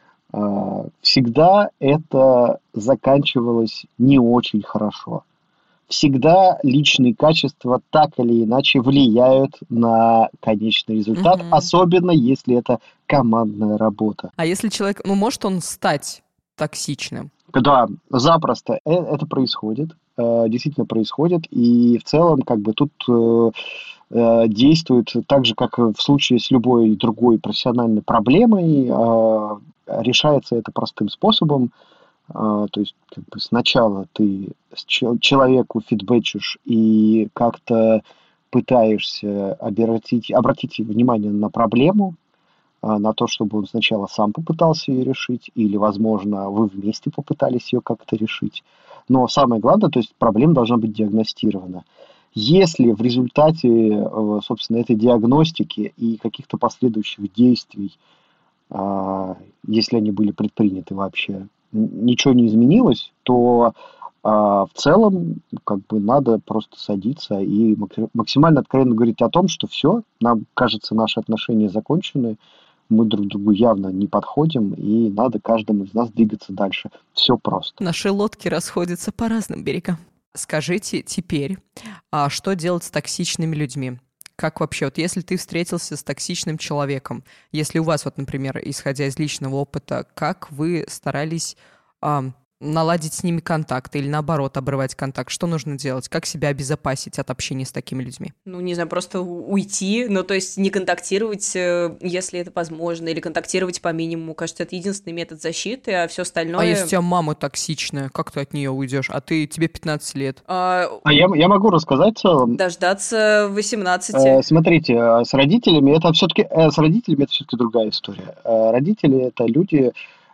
всегда это заканчивалось не очень хорошо. Всегда личные качества так или иначе влияют на конечный результат, особенно если это командная работа. А если человек, может он стать токсичным? Да, запросто это происходит, действительно происходит, и в целом как бы тут действует так же, как в случае с любой другой профессиональной проблемой, решается это простым способом. То есть как бы сначала ты человеку фидбэчишь и как-то пытаешься обратить внимание на проблему, на то, чтобы он сначала сам попытался ее решить, или, возможно, вы вместе попытались ее как-то решить. Но самое главное, то есть проблема должна быть диагностирована. Если в результате, собственно, этой диагностики и каких-то последующих действий, если они были предприняты вообще, ничего не изменилось, то в целом как бы надо просто садиться и максимально откровенно говорить о том, что все, нам кажется, наши отношения закончены, мы друг другу явно не подходим, и надо каждому из нас двигаться дальше. Все просто. Наши лодки расходятся по разным берегам. Скажите теперь, что делать с токсичными людьми? Как вообще, вот если ты встретился с токсичным человеком, если у вас, вот, например, исходя из личного опыта, как вы старались наладить с ними контакт или, наоборот, обрывать контакт? Что нужно делать? Как себя обезопасить от общения с такими людьми? Не знаю, просто уйти, то есть не контактировать, если это возможно, или контактировать по минимуму. Кажется, это единственный метод защиты, а все остальное... А если у тебя мама токсичная, как ты от нее уйдешь? А тебе 15 лет. Я могу рассказать в целом. Дождаться 18. Смотрите, с родителями это все-таки другая история. Родители — это люди...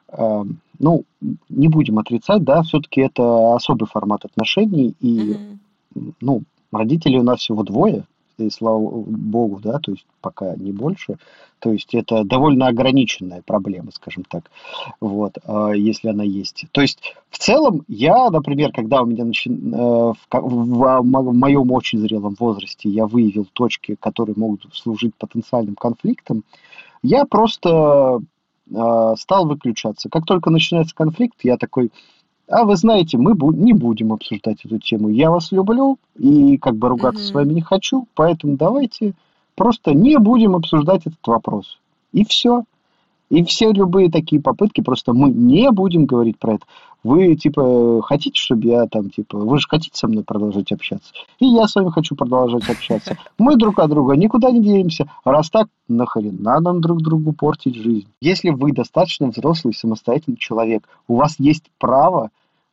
не будем отрицать, да, все-таки это особый формат отношений, и, родителей у нас всего двое, и слава богу, да, то есть пока не больше, то есть это довольно ограниченная проблема, скажем так, вот, если она есть. То есть в целом я, например, когда у меня в моем очень зрелом возрасте я выявил точки, которые могут служить потенциальным конфликтом, я просто... стал выключаться. Как только начинается конфликт, я такой: вы знаете, мы не будем обсуждать эту тему. Я вас люблю и как бы ругаться с вами не хочу, поэтому давайте просто не будем обсуждать этот вопрос. И все. И все любые такие попытки, просто мы не будем говорить про это. Вы, хотите, чтобы я вы же хотите со мной продолжать общаться? И я с вами хочу продолжать общаться. Мы друг от друга никуда не денемся. Раз так, нахрена нам друг другу портить жизнь? Если вы достаточно взрослый, самостоятельный человек, у вас есть право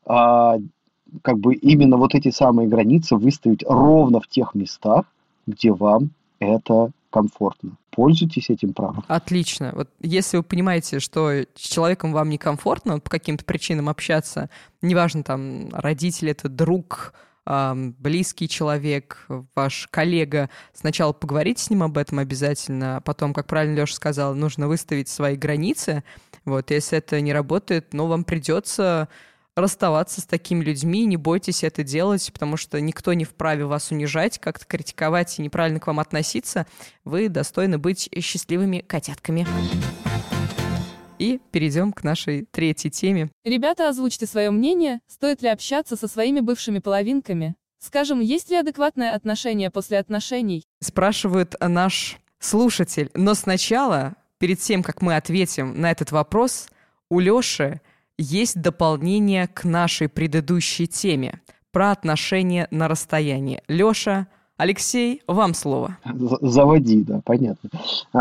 именно вот эти самые границы выставить ровно в тех местах, где вам это комфортно. Пользуйтесь этим правом. Отлично. Вот если вы понимаете, что с человеком вам некомфортно по каким-то причинам общаться, неважно, там, родитель, это друг, близкий человек, ваш коллега, сначала поговорите с ним об этом обязательно, а потом, как правильно Леша сказал, нужно выставить свои границы. Вот, если это не работает, вам придется расставаться с такими людьми, не бойтесь это делать, потому что никто не вправе вас унижать, как-то критиковать и неправильно к вам относиться. Вы достойны быть счастливыми котятками. И перейдем к нашей третьей теме. Ребята, озвучьте свое мнение, стоит ли общаться со своими бывшими половинками. Скажем, есть ли адекватное отношение после отношений? Спрашивает наш слушатель. Но сначала, перед тем, как мы ответим на этот вопрос, у Лёши есть дополнение к нашей предыдущей теме про отношения на расстоянии. Лёша, Алексей, вам слово. Заводи, да, понятно.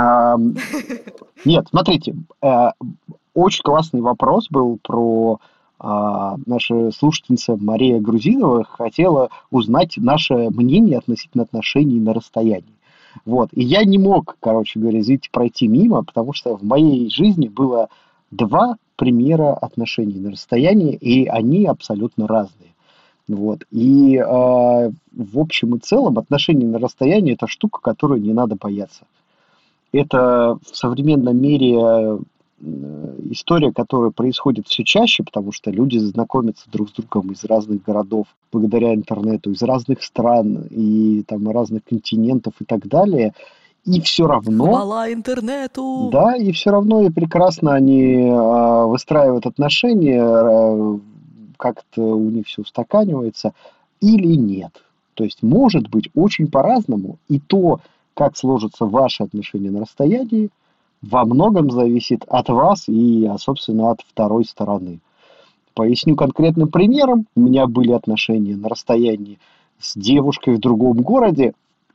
Нет, смотрите, очень классный вопрос был про наша слушательница Мария Грузинова хотела узнать наше мнение относительно отношений на расстоянии. Вот. И я не мог, короче говоря, извините, пройти мимо, потому что в моей жизни было 2 примера отношений на расстоянии, и они абсолютно разные. Вот. И в общем и целом отношения на расстоянии – это штука, которую не надо бояться. Это в современном мире история, которая происходит все чаще, потому что люди знакомятся друг с другом из разных городов благодаря интернету, из разных стран и там разных континентов и так далее. И все равно... Хвала интернету! Да, и все равно и прекрасно они выстраивают отношения, как-то у них все устаканивается или нет. То есть может быть очень по-разному, и то, как сложатся ваши отношения на расстоянии, во многом зависит от вас и, собственно, от второй стороны. Поясню конкретным примером. У меня были отношения на расстоянии с девушкой в другом городе,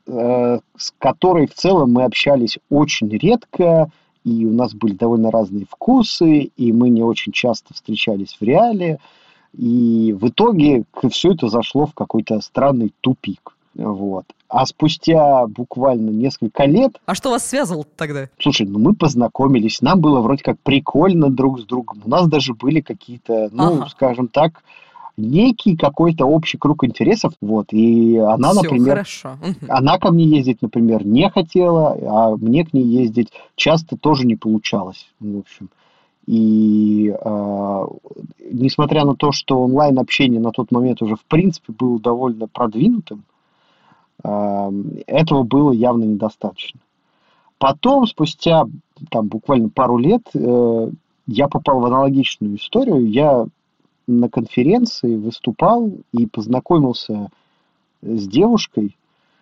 с которой в целом мы общались очень редко, и у нас были довольно разные вкусы, и мы не очень часто встречались в реале, и в итоге все это зашло в какой-то странный тупик. Вот. А спустя буквально несколько лет... А что вас связывало тогда? Слушай, мы познакомились, нам было вроде как прикольно друг с другом, у нас даже были какие-то, скажем так, некий какой-то общий круг интересов, вот, и она, Всё, например... хорошо. Она ко мне ездить, например, не хотела, а мне к ней ездить часто тоже не получалось, в общем. И несмотря на то, что онлайн-общение на тот момент уже в принципе было довольно продвинутым, этого было явно недостаточно. Потом, спустя там, буквально пару лет, я попал в аналогичную историю. Я на конференции выступал и познакомился с девушкой,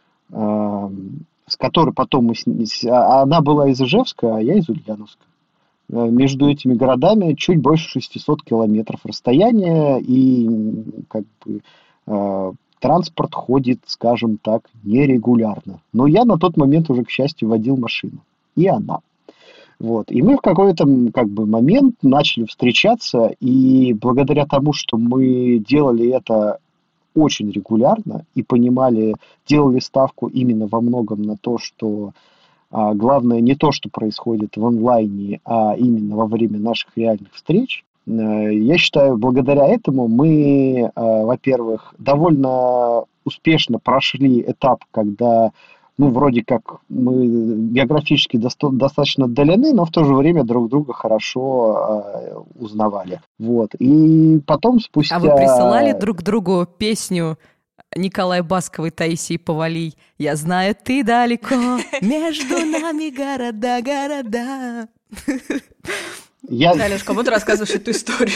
с которой потом она была из Ижевска, а я из Ульяновска. Между этими городами чуть больше 600 километров расстояния, и как бы транспорт ходит, скажем так, нерегулярно. Но я на тот момент уже, к счастью, водил машину. И она. Вот. И мы в какой-то как бы момент начали встречаться, и благодаря тому, что мы делали это очень регулярно и понимали, делали ставку именно во многом на то, что главное не то, что происходит в онлайне, а именно во время наших реальных встреч. Я считаю, благодаря этому мы, во-первых, довольно успешно прошли этап, когда, вроде как мы географически достаточно отдалены, но в то же время друг друга хорошо узнавали. Вот. И потом спустя... А вы присылали друг другу песню Николая Басковой, Таисии Повалий «Я знаю, ты далеко, между нами города». Алёш, кому ты рассказываешь эту историю?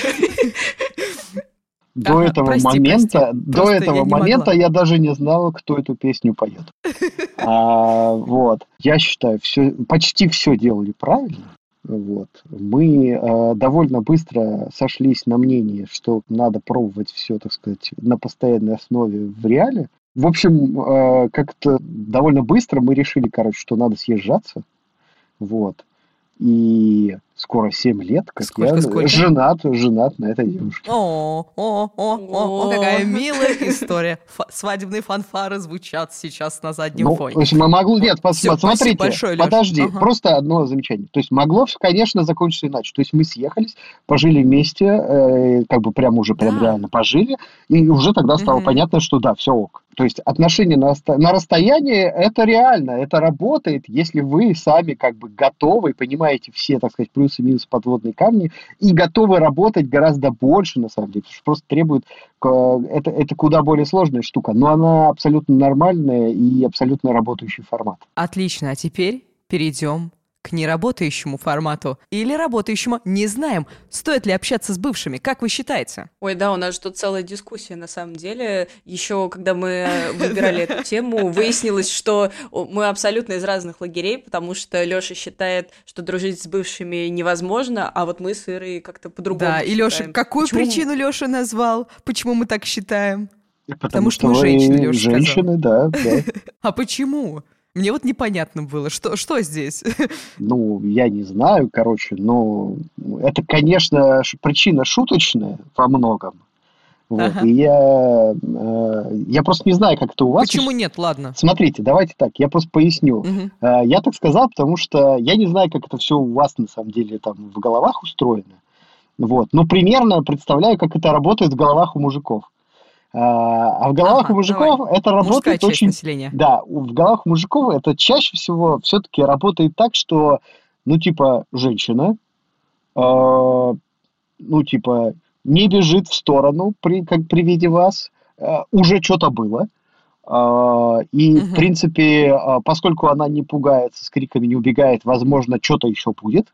До этого момента я даже не знала, кто эту песню поет. Вот. Я считаю, почти все делали правильно. Вот. Мы довольно быстро сошлись на мнении, что надо пробовать все, так сказать, на постоянной основе в реале. В общем, как-то довольно быстро мы решили, что надо съезжаться. Вот. И скоро 7 лет, как сколько? Женат на этой девушке. Какая милая история. Свадебные фанфары звучат сейчас на заднем фоне. То есть могло... Нет, смотрите, большое, подожди, просто одно замечание. То есть могло, конечно, закончиться иначе. То есть мы съехались, пожили вместе, как бы прям реально пожили, и уже тогда стало понятно, что да, все ок. То есть отношения на расстоянии, это реально, это работает, если вы сами как бы готовы, понимаете все, так сказать, плюсы и минусы, подводные камни, и готовы работать гораздо больше, на самом деле, потому что просто требует... Это куда более сложная штука, но она абсолютно нормальная и абсолютно работающий формат. Отлично, а теперь перейдем к неработающему формату или работающему, не знаем, стоит ли общаться с бывшими, как вы считаете? Ой, да, у нас же тут целая дискуссия, на самом деле. Еще, когда мы выбирали эту тему, выяснилось, что мы абсолютно из разных лагерей, потому что Лёша считает, что дружить с бывшими невозможно, а вот мы с Ирой как-то по-другому Да, и Лёша, какую Почему? причину Лёша назвал? Почему мы так считаем? Потому что мы женщины, Лёша сказал. женщины, да. А почему? Мне вот непонятно было, что здесь? Ну, я не знаю, короче, но это, конечно, причина шуточная во многом. Вот. Ага. И я просто не знаю, как это у вас. Почему нет? Ладно. Смотрите, давайте так, я просто поясню. Мгм. Я так сказал, потому что я не знаю, как это все у вас на самом деле там в головах устроено. Вот. Но примерно представляю, как это работает в головах у мужиков. А в головах Ага, у мужиков давай. это Мужская работает часть очень... населения. Да, в головах мужиков это чаще всего все-таки работает так, что, ну, типа, женщина, ну, типа, не бежит в сторону при виде вас, уже что-то было. И, в Мгм. принципе, поскольку она не пугается, с криками не убегает, возможно, что-то еще будет.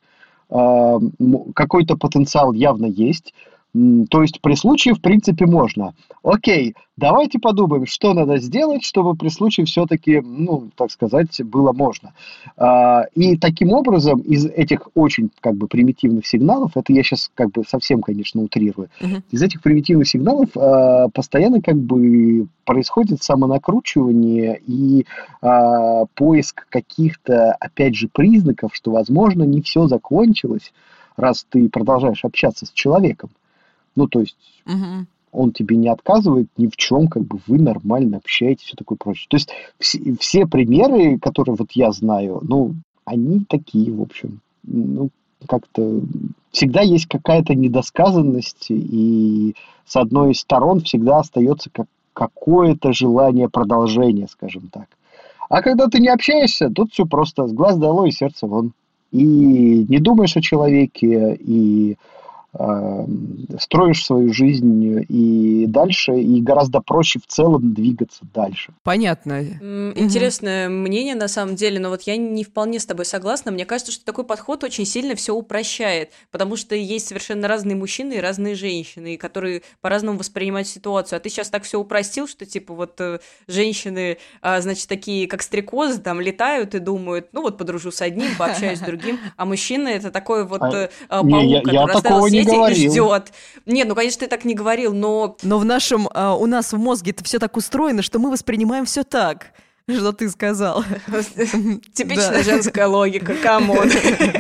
Какой-то потенциал явно есть. То есть при случае, в принципе, можно. Окей, давайте подумаем, что надо сделать, чтобы при случае все-таки, ну, так сказать, было можно. И таким образом из этих очень, как бы, примитивных сигналов, это я сейчас, как бы, совсем, конечно, утрирую, Мгм. из этих примитивных сигналов постоянно, как бы, происходит самонакручивание и поиск каких-то, опять же, признаков, что, возможно, не все закончилось, раз ты продолжаешь общаться с человеком. Ну, то есть Мгм. он тебе не отказывает ни в чем, как бы вы нормально общаетесь, все такое прочее. То есть все примеры, которые вот я знаю, ну, они такие, в общем. Ну, как-то всегда есть какая-то недосказанность, и с одной из сторон всегда остается какое-то желание продолжения, скажем так. А когда ты не общаешься, тут все просто с глаз долой и сердце вон. И не думаешь о человеке, и строишь свою жизнь и дальше, и гораздо проще в целом двигаться дальше. Понятно. Интересное мнение, на самом деле, но вот я не вполне с тобой согласна. Мне кажется, что такой подход очень сильно все упрощает, потому что есть совершенно разные мужчины и разные женщины, которые по-разному воспринимают ситуацию. А ты сейчас так все упростил, что типа вот женщины, значит, такие как стрекозы, там летают и думают, ну вот подружу с одним, пообщаюсь с другим, а мужчина это такой вот паук, я который расставил такого не сети и говорил. ждет. Нет, ну конечно, ты так не говорил, но Но у нас в мозге это все так устроено, что мы воспринимаем все так, что ты сказал. типичная Да. женская логика, камон.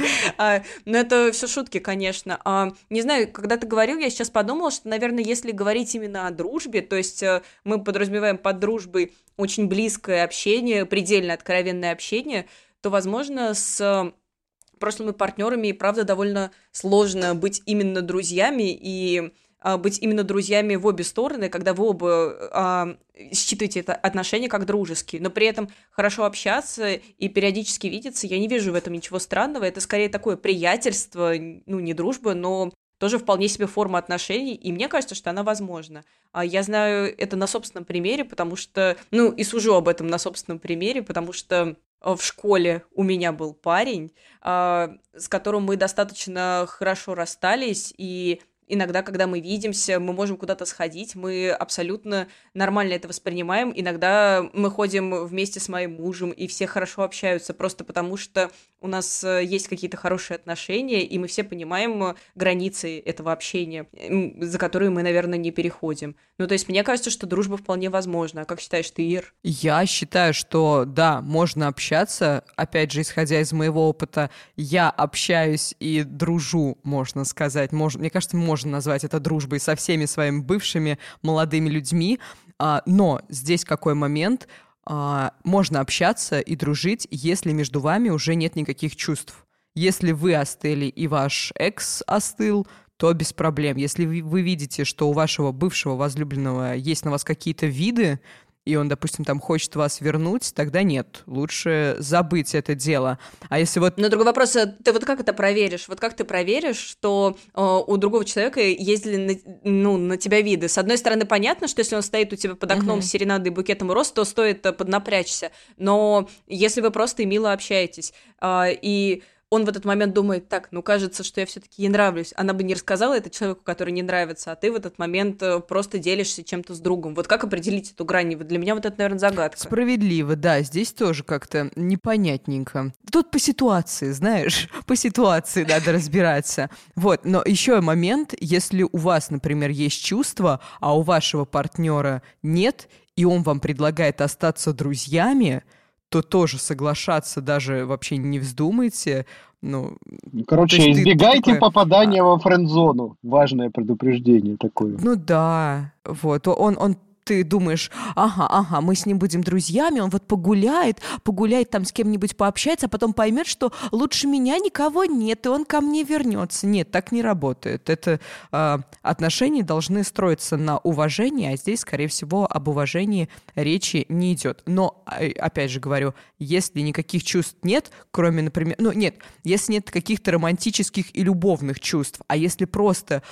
Но это все шутки, конечно. Не знаю, когда ты говорил, я сейчас подумала, что, наверное, если говорить именно о дружбе, то есть мы подразумеваем под дружбой очень близкое общение, предельно откровенное общение, то, возможно, с прошлыми партнерами и правда довольно сложно быть именно друзьями и быть именно друзьями в обе стороны, когда вы оба считываете это отношения как дружеские, но при этом хорошо общаться и периодически видеться, я не вижу в этом ничего странного, это скорее такое приятельство, ну не дружба, но тоже вполне себе форма отношений, и мне кажется, что она возможна. Я знаю это на собственном примере, потому что, ну и сужу об этом на собственном примере, потому что в школе у меня был парень, с которым мы достаточно хорошо расстались, и иногда, когда мы видимся, мы можем куда-то сходить, мы абсолютно нормально это воспринимаем. Иногда мы ходим вместе с моим мужем, и все хорошо общаются, просто потому что у нас есть какие-то хорошие отношения, и мы все понимаем границы этого общения, за которые мы, наверное, не переходим. Ну, то есть мне кажется, что дружба вполне возможна. А как считаешь ты, Ир? Я считаю, что да, можно общаться. Опять же, исходя из моего опыта, я общаюсь и дружу, можно сказать. Мне кажется, можно назвать это дружбой со всеми своими бывшими молодыми людьми. Но здесь какой момент? Можно общаться и дружить, если между вами уже нет никаких чувств. Если вы остыли и ваш экс остыл, то без проблем. Если вы видите, что у вашего бывшего возлюбленного есть на вас какие-то виды, и он, допустим, там хочет вас вернуть, тогда нет. Лучше забыть это дело. А если вот... Но другой вопрос, ты вот как это проверишь? Вот как ты проверишь, что у другого человека есть ли на тебя виды? С одной стороны, понятно, что если он стоит у тебя под окном с серенадой и букетом роз, то стоит поднапрячься. Но если вы просто и мило общаетесь, и он в этот момент думает, так, ну кажется, что я все-таки ей нравлюсь. Она бы не рассказала это человеку, который не нравится, а ты в этот момент просто делишься чем-то с другом. Вот как определить эту грань? Вот для меня вот это, наверное, загадка. Справедливо, да, здесь тоже как-то непонятненько. Тут по ситуации, знаешь, по ситуации надо разбираться. Вот, но еще момент, если у вас, например, есть чувства, а у вашего партнера нет, и он вам предлагает остаться друзьями, то тоже соглашаться даже вообще не вздумайте. Ну, короче, избегайте попадания во френд-зону. Важное предупреждение такое. Ну да, вот. Ты думаешь, ага, мы с ним будем друзьями, он вот погуляет там с кем-нибудь пообщается, а потом поймет, что лучше меня никого нет, и он ко мне вернется. Нет, так не работает. Это отношения должны строиться на уважении, а здесь, скорее всего, об уважении речи не идет. Но, опять же говорю, если никаких чувств нет, кроме, например, если нет каких-то романтических и любовных чувств, а если просто,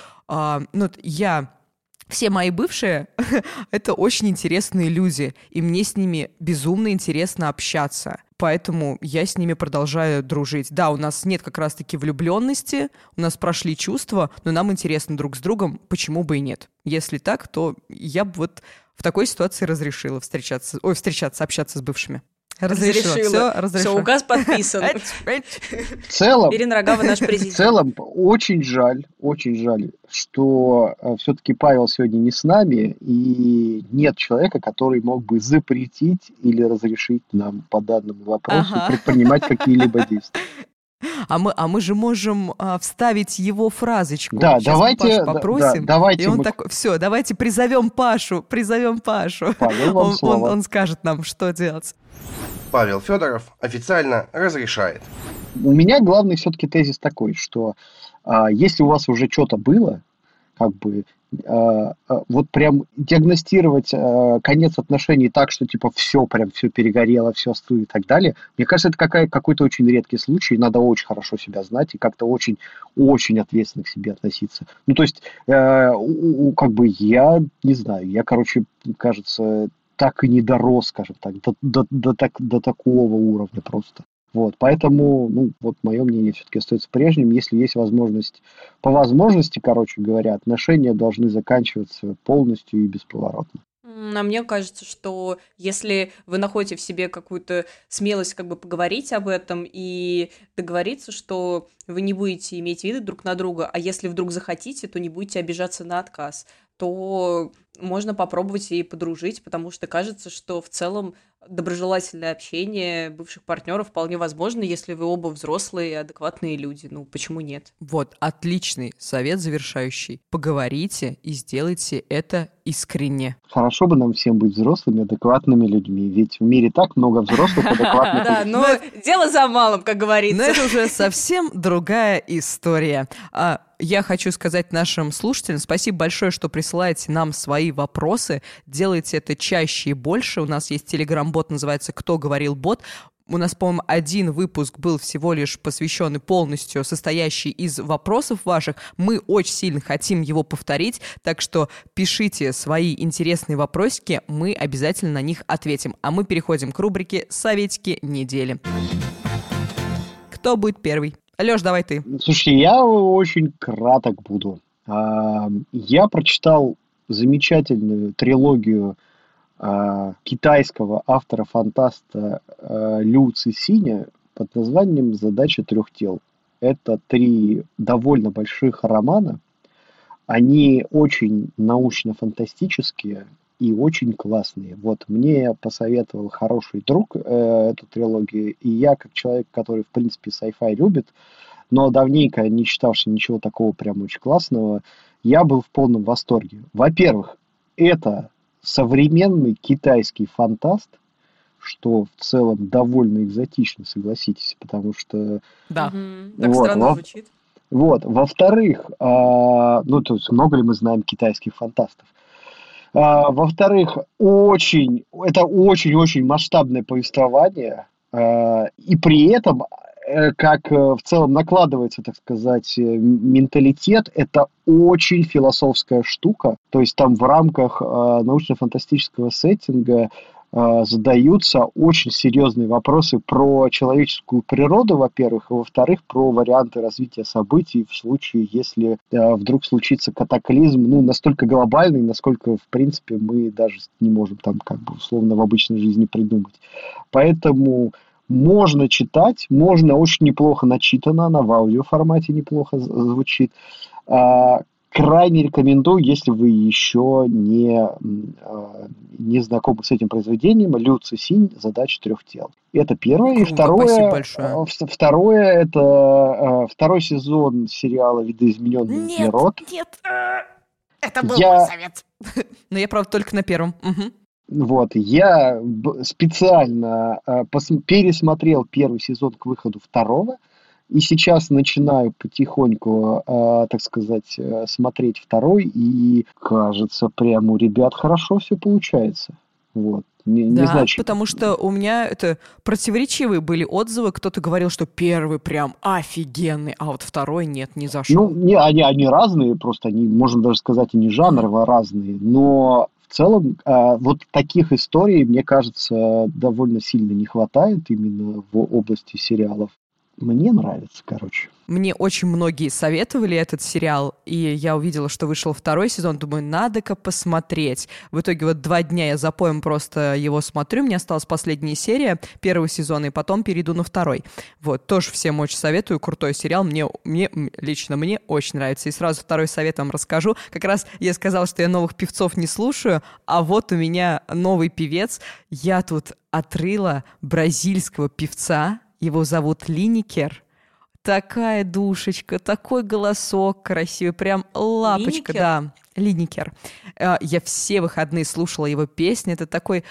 все мои бывшие — это очень интересные люди, и мне с ними безумно интересно общаться. Поэтому я с ними продолжаю дружить. Да, у нас нет как раз-таки влюбленности, у нас прошли чувства, но нам интересно друг с другом, почему бы и нет. Если так, то я бы вот в такой ситуации разрешила общаться с бывшими. Разрешила. Все, указ подписан. В целом, Ирина Рогава наш президент. В целом, очень жаль, что все-таки Павел сегодня не с нами, и нет человека, который мог бы запретить или разрешить нам по данному вопросу предпринимать какие-либо действия. А мы же можем вставить его фразочку. Да, сейчас давайте Пашу попросим. давайте и он такой, все, давайте призовем Пашу. Павел, вам слово. Он скажет нам, что делать. Павел Федоров официально разрешает. У меня главный все-таки тезис такой, что если у вас уже что-то было, вот прям диагностировать конец отношений так, что типа все перегорело, все остыло и так далее, мне кажется, это какой-то очень редкий случай, и надо очень хорошо себя знать и как-то очень ответственно к себе относиться. Ну, то есть, я не знаю, кажется, так и не дорос, скажем так, до такого уровня просто. Вот, поэтому, мое мнение все-таки остается прежним. Если есть возможность, по возможности, отношения должны заканчиваться полностью и бесповоротно. А мне кажется, что если вы находите в себе какую-то смелость поговорить об этом и договориться, что вы не будете иметь виды друг на друга, а если вдруг захотите, то не будете обижаться на отказ, то можно попробовать и подружить, потому что кажется, что в целом доброжелательное общение бывших партнеров вполне возможно, если вы оба взрослые и адекватные люди. Ну, почему нет? Вот, отличный совет завершающий. Поговорите и сделайте это искренне. Хорошо бы нам всем быть взрослыми, адекватными людьми, ведь в мире так много взрослых, адекватных людей. Да, но дело за малым, как говорится. Но это уже совсем другая история. Я хочу сказать нашим слушателям спасибо большое, что присылаете нам свои вопросы. Делайте это чаще и больше. У нас есть телеграм-бот, называется «Кто говорил бот». У нас, по-моему, один выпуск был всего лишь посвященный полностью, состоящий из вопросов ваших. Мы очень сильно хотим его повторить, так что пишите свои интересные вопросики, мы обязательно на них ответим. А мы переходим к рубрике «Советики недели». Кто будет первый? Лёш, давай ты. Слушай, я очень краток буду. Я прочитал замечательную трилогию китайского автора-фантаста Лю Цисиня под названием «Задача трех тел». Это 3 довольно больших романа. Они очень научно-фантастические и очень классные. Вот мне посоветовал хороший друг эту трилогию, и я, как человек, который, в принципе, sci-fi любит, но давненько не читавший ничего такого прям очень классного, я был в полном восторге. Во-первых, это современный китайский фантаст, что в целом довольно экзотично, согласитесь, потому что... Да. Так странно звучит. Вот. Во-вторых, то есть много ли мы знаем китайских фантастов? Во-вторых, это очень-очень масштабное повествование, и при этом, как в целом накладывается, так сказать, менталитет, это очень философская штука, то есть там в рамках научно-фантастического сеттинга задаются очень серьезные вопросы про человеческую природу, во-первых, и, во-вторых, про варианты развития событий в случае, если вдруг случится катаклизм, ну, настолько глобальный, насколько, в принципе, мы даже не можем там, как бы, условно, в обычной жизни придумать. Поэтому можно читать, можно очень неплохо начитано, она в аудиоформате неплохо звучит. Крайне рекомендую, если вы еще не знакомы с этим произведением, Лю Цисинь «Задача трех тел». Это первое. И Спасибо большое. Второе, это второй сезон сериала «Видоизмененный углерод». Нет, это был мой совет. Но я, правда, только на первом. Вот, я специально пересмотрел первый сезон к выходу второго, и сейчас начинаю потихоньку, так сказать, смотреть второй, и кажется, прямо у ребят хорошо все получается. Вот. Не знаю, потому что у меня это противоречивые были отзывы. Кто-то говорил, что первый прям офигенный, а вот второй нет, не зашел. Ну, они разные, просто они, можно даже сказать, и не жанрово разные, но в целом вот таких историй, мне кажется, довольно сильно не хватает именно в области сериалов. Мне нравится, короче. Мне очень многие советовали этот сериал, и я увидела, что вышел второй сезон, думаю, надо-ка посмотреть. В итоге вот 2 дня я запоем просто его смотрю, мне осталась последняя серия первого сезона, и потом перейду на второй. Вот, тоже всем очень советую, крутой сериал, мне лично очень нравится. И сразу второй совет вам расскажу. Как раз я сказала, что я новых певцов не слушаю, а вот у меня новый певец. Я тут отрыла бразильского певца, его зовут Линекер. Такая душечка, такой голосок красивый, прям лапочка, Линекер? да. Линекер. Я все выходные слушала его песни. Это такой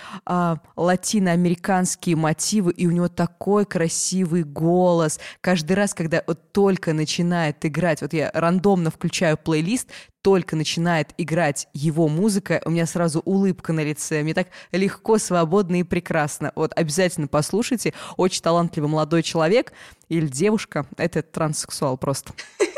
латиноамериканские мотивы, и у него такой красивый голос. Каждый раз, когда вот только начинает играть, вот я рандомно включаю плейлист, только начинает играть его музыка, у меня сразу улыбка на лице. Мне так легко, свободно и прекрасно. Вот обязательно послушайте. Очень талантливый молодой человек или девушка. Это транссексуал просто.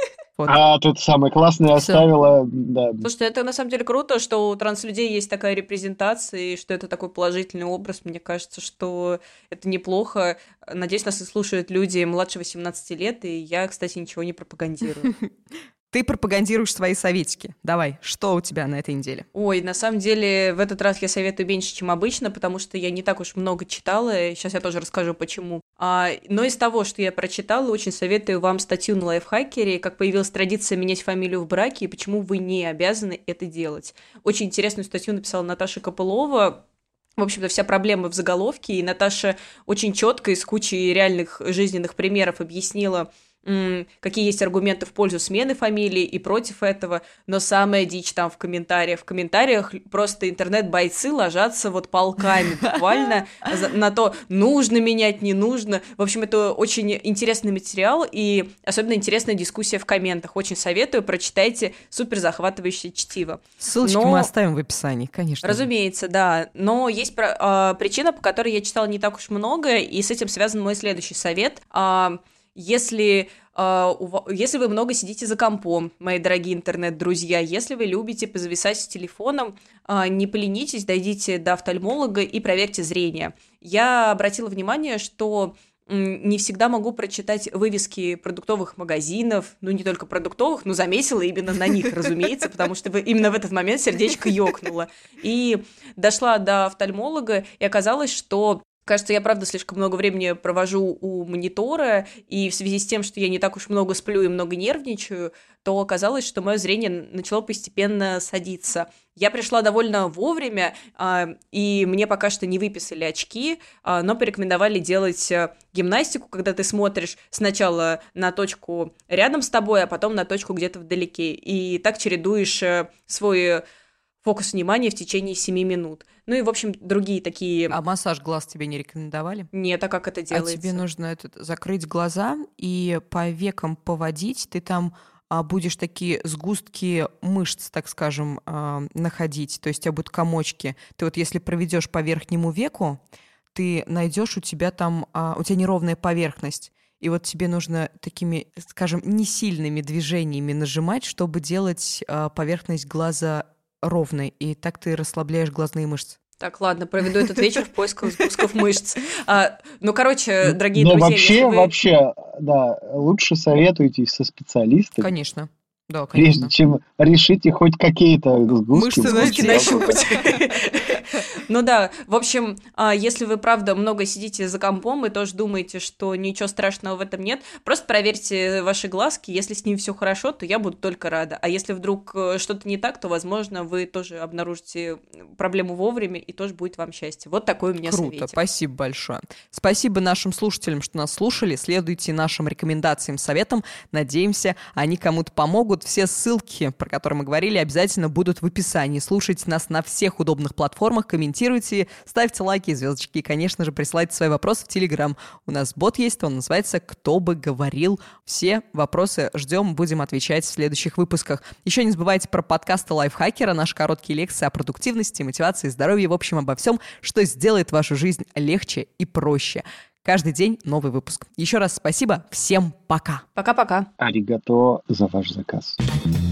Вот. Тут самое классное оставила. Да. Слушай, это на самом деле круто, что у транслюдей есть такая репрезентация, и что это такой положительный образ. Мне кажется, что это неплохо. Надеюсь, нас и слушают люди младше 18 лет, и я, кстати, ничего не пропагандирую. Ты пропагандируешь свои советики. Давай, что у тебя на этой неделе? Ой, на самом деле, в этот раз я советую меньше, чем обычно, потому что я не так уж много читала, сейчас я тоже расскажу, почему. Но из того, что я прочитала, очень советую вам статью на Лайфхакере, как появилась традиция менять фамилию в браке и почему вы не обязаны это делать. Очень интересную статью написала Наташа Копылова. В общем-то, вся проблема в заголовке, и Наташа очень четко и с кучей реальных жизненных примеров объяснила, какие есть аргументы в пользу смены фамилии и против этого, но самая дичь там в комментариях. В комментариях просто интернет-бойцы ложатся вот полками буквально на то, нужно менять, не нужно. В общем, это очень интересный материал и особенно интересная дискуссия в комментах. Очень советую, прочитайте, супер захватывающее чтиво. Ссылочки мы оставим в описании, конечно. Разумеется, да. Но есть причина, по которой я читала не так уж много, и с этим связан мой следующий совет. Если вы много сидите за компом, мои дорогие интернет-друзья, если вы любите позависать с телефоном, не поленитесь, дойдите до офтальмолога и проверьте зрение. Я обратила внимание, что не всегда могу прочитать вывески продуктовых магазинов, ну не только продуктовых, но заметила именно на них, разумеется, потому что именно в этот момент сердечко ёкнуло. И дошла до офтальмолога, и оказалось, что кажется, я, правда, слишком много времени провожу у монитора, и в связи с тем, что я не так уж много сплю и много нервничаю, то оказалось, что мое зрение начало постепенно садиться. Я пришла довольно вовремя, и мне пока что не выписали очки, но порекомендовали делать гимнастику, когда ты смотришь сначала на точку рядом с тобой, а потом на точку где-то вдалеке, и так чередуешь свой фокус внимания в течение 7 минут. Ну и, в общем, другие такие... А массаж глаз тебе не рекомендовали? Нет, а как это делается? А тебе нужно закрыть глаза и по векам поводить. Ты там будешь такие сгустки мышц, так скажем, находить. То есть у тебя будут комочки. Ты вот если проведешь по верхнему веку, ты найдешь у тебя там... у тебя неровная поверхность. И вот тебе нужно такими, скажем, несильными движениями нажимать, чтобы делать поверхность глаза ровной, и так ты расслабляешь глазные мышцы. Так, ладно, проведу этот вечер в поисках спусков мышц. Дорогие Но друзья, вообще, да, лучше советуйтесь со специалистами. Конечно. Да, Прежде конечно. чем решите хоть какие-то сгустки. Мышцы нащупать. Ну да, в общем, если вы, правда, много сидите за компом и тоже думаете, что ничего страшного в этом нет, просто проверьте ваши глазки, если с ним все хорошо, то я буду только рада. А если вдруг что-то не так, то, возможно, вы тоже обнаружите проблему вовремя, и тоже будет вам счастье. Вот такой у меня Круто, советик. спасибо большое. Спасибо нашим слушателям, что нас слушали. Следуйте нашим рекомендациям, советам. Надеемся, они кому-то помогут. Все ссылки, про которые мы говорили, обязательно будут в описании. Слушайте нас на всех удобных платформах, комментируйте, ставьте лайки, звездочки и, конечно же, присылайте свои вопросы в Телеграм. У нас бот есть, он называется «Кто бы говорил». Все вопросы ждем, будем отвечать в следующих выпусках. Еще не забывайте про подкасты Лайфхакера, наши короткие лекции о продуктивности, мотивации, здоровье, в общем, обо всем, что сделает вашу жизнь легче и проще. Каждый день новый выпуск. Еще раз спасибо, всем пока. Пока-пока. Аригато за ваш заказ.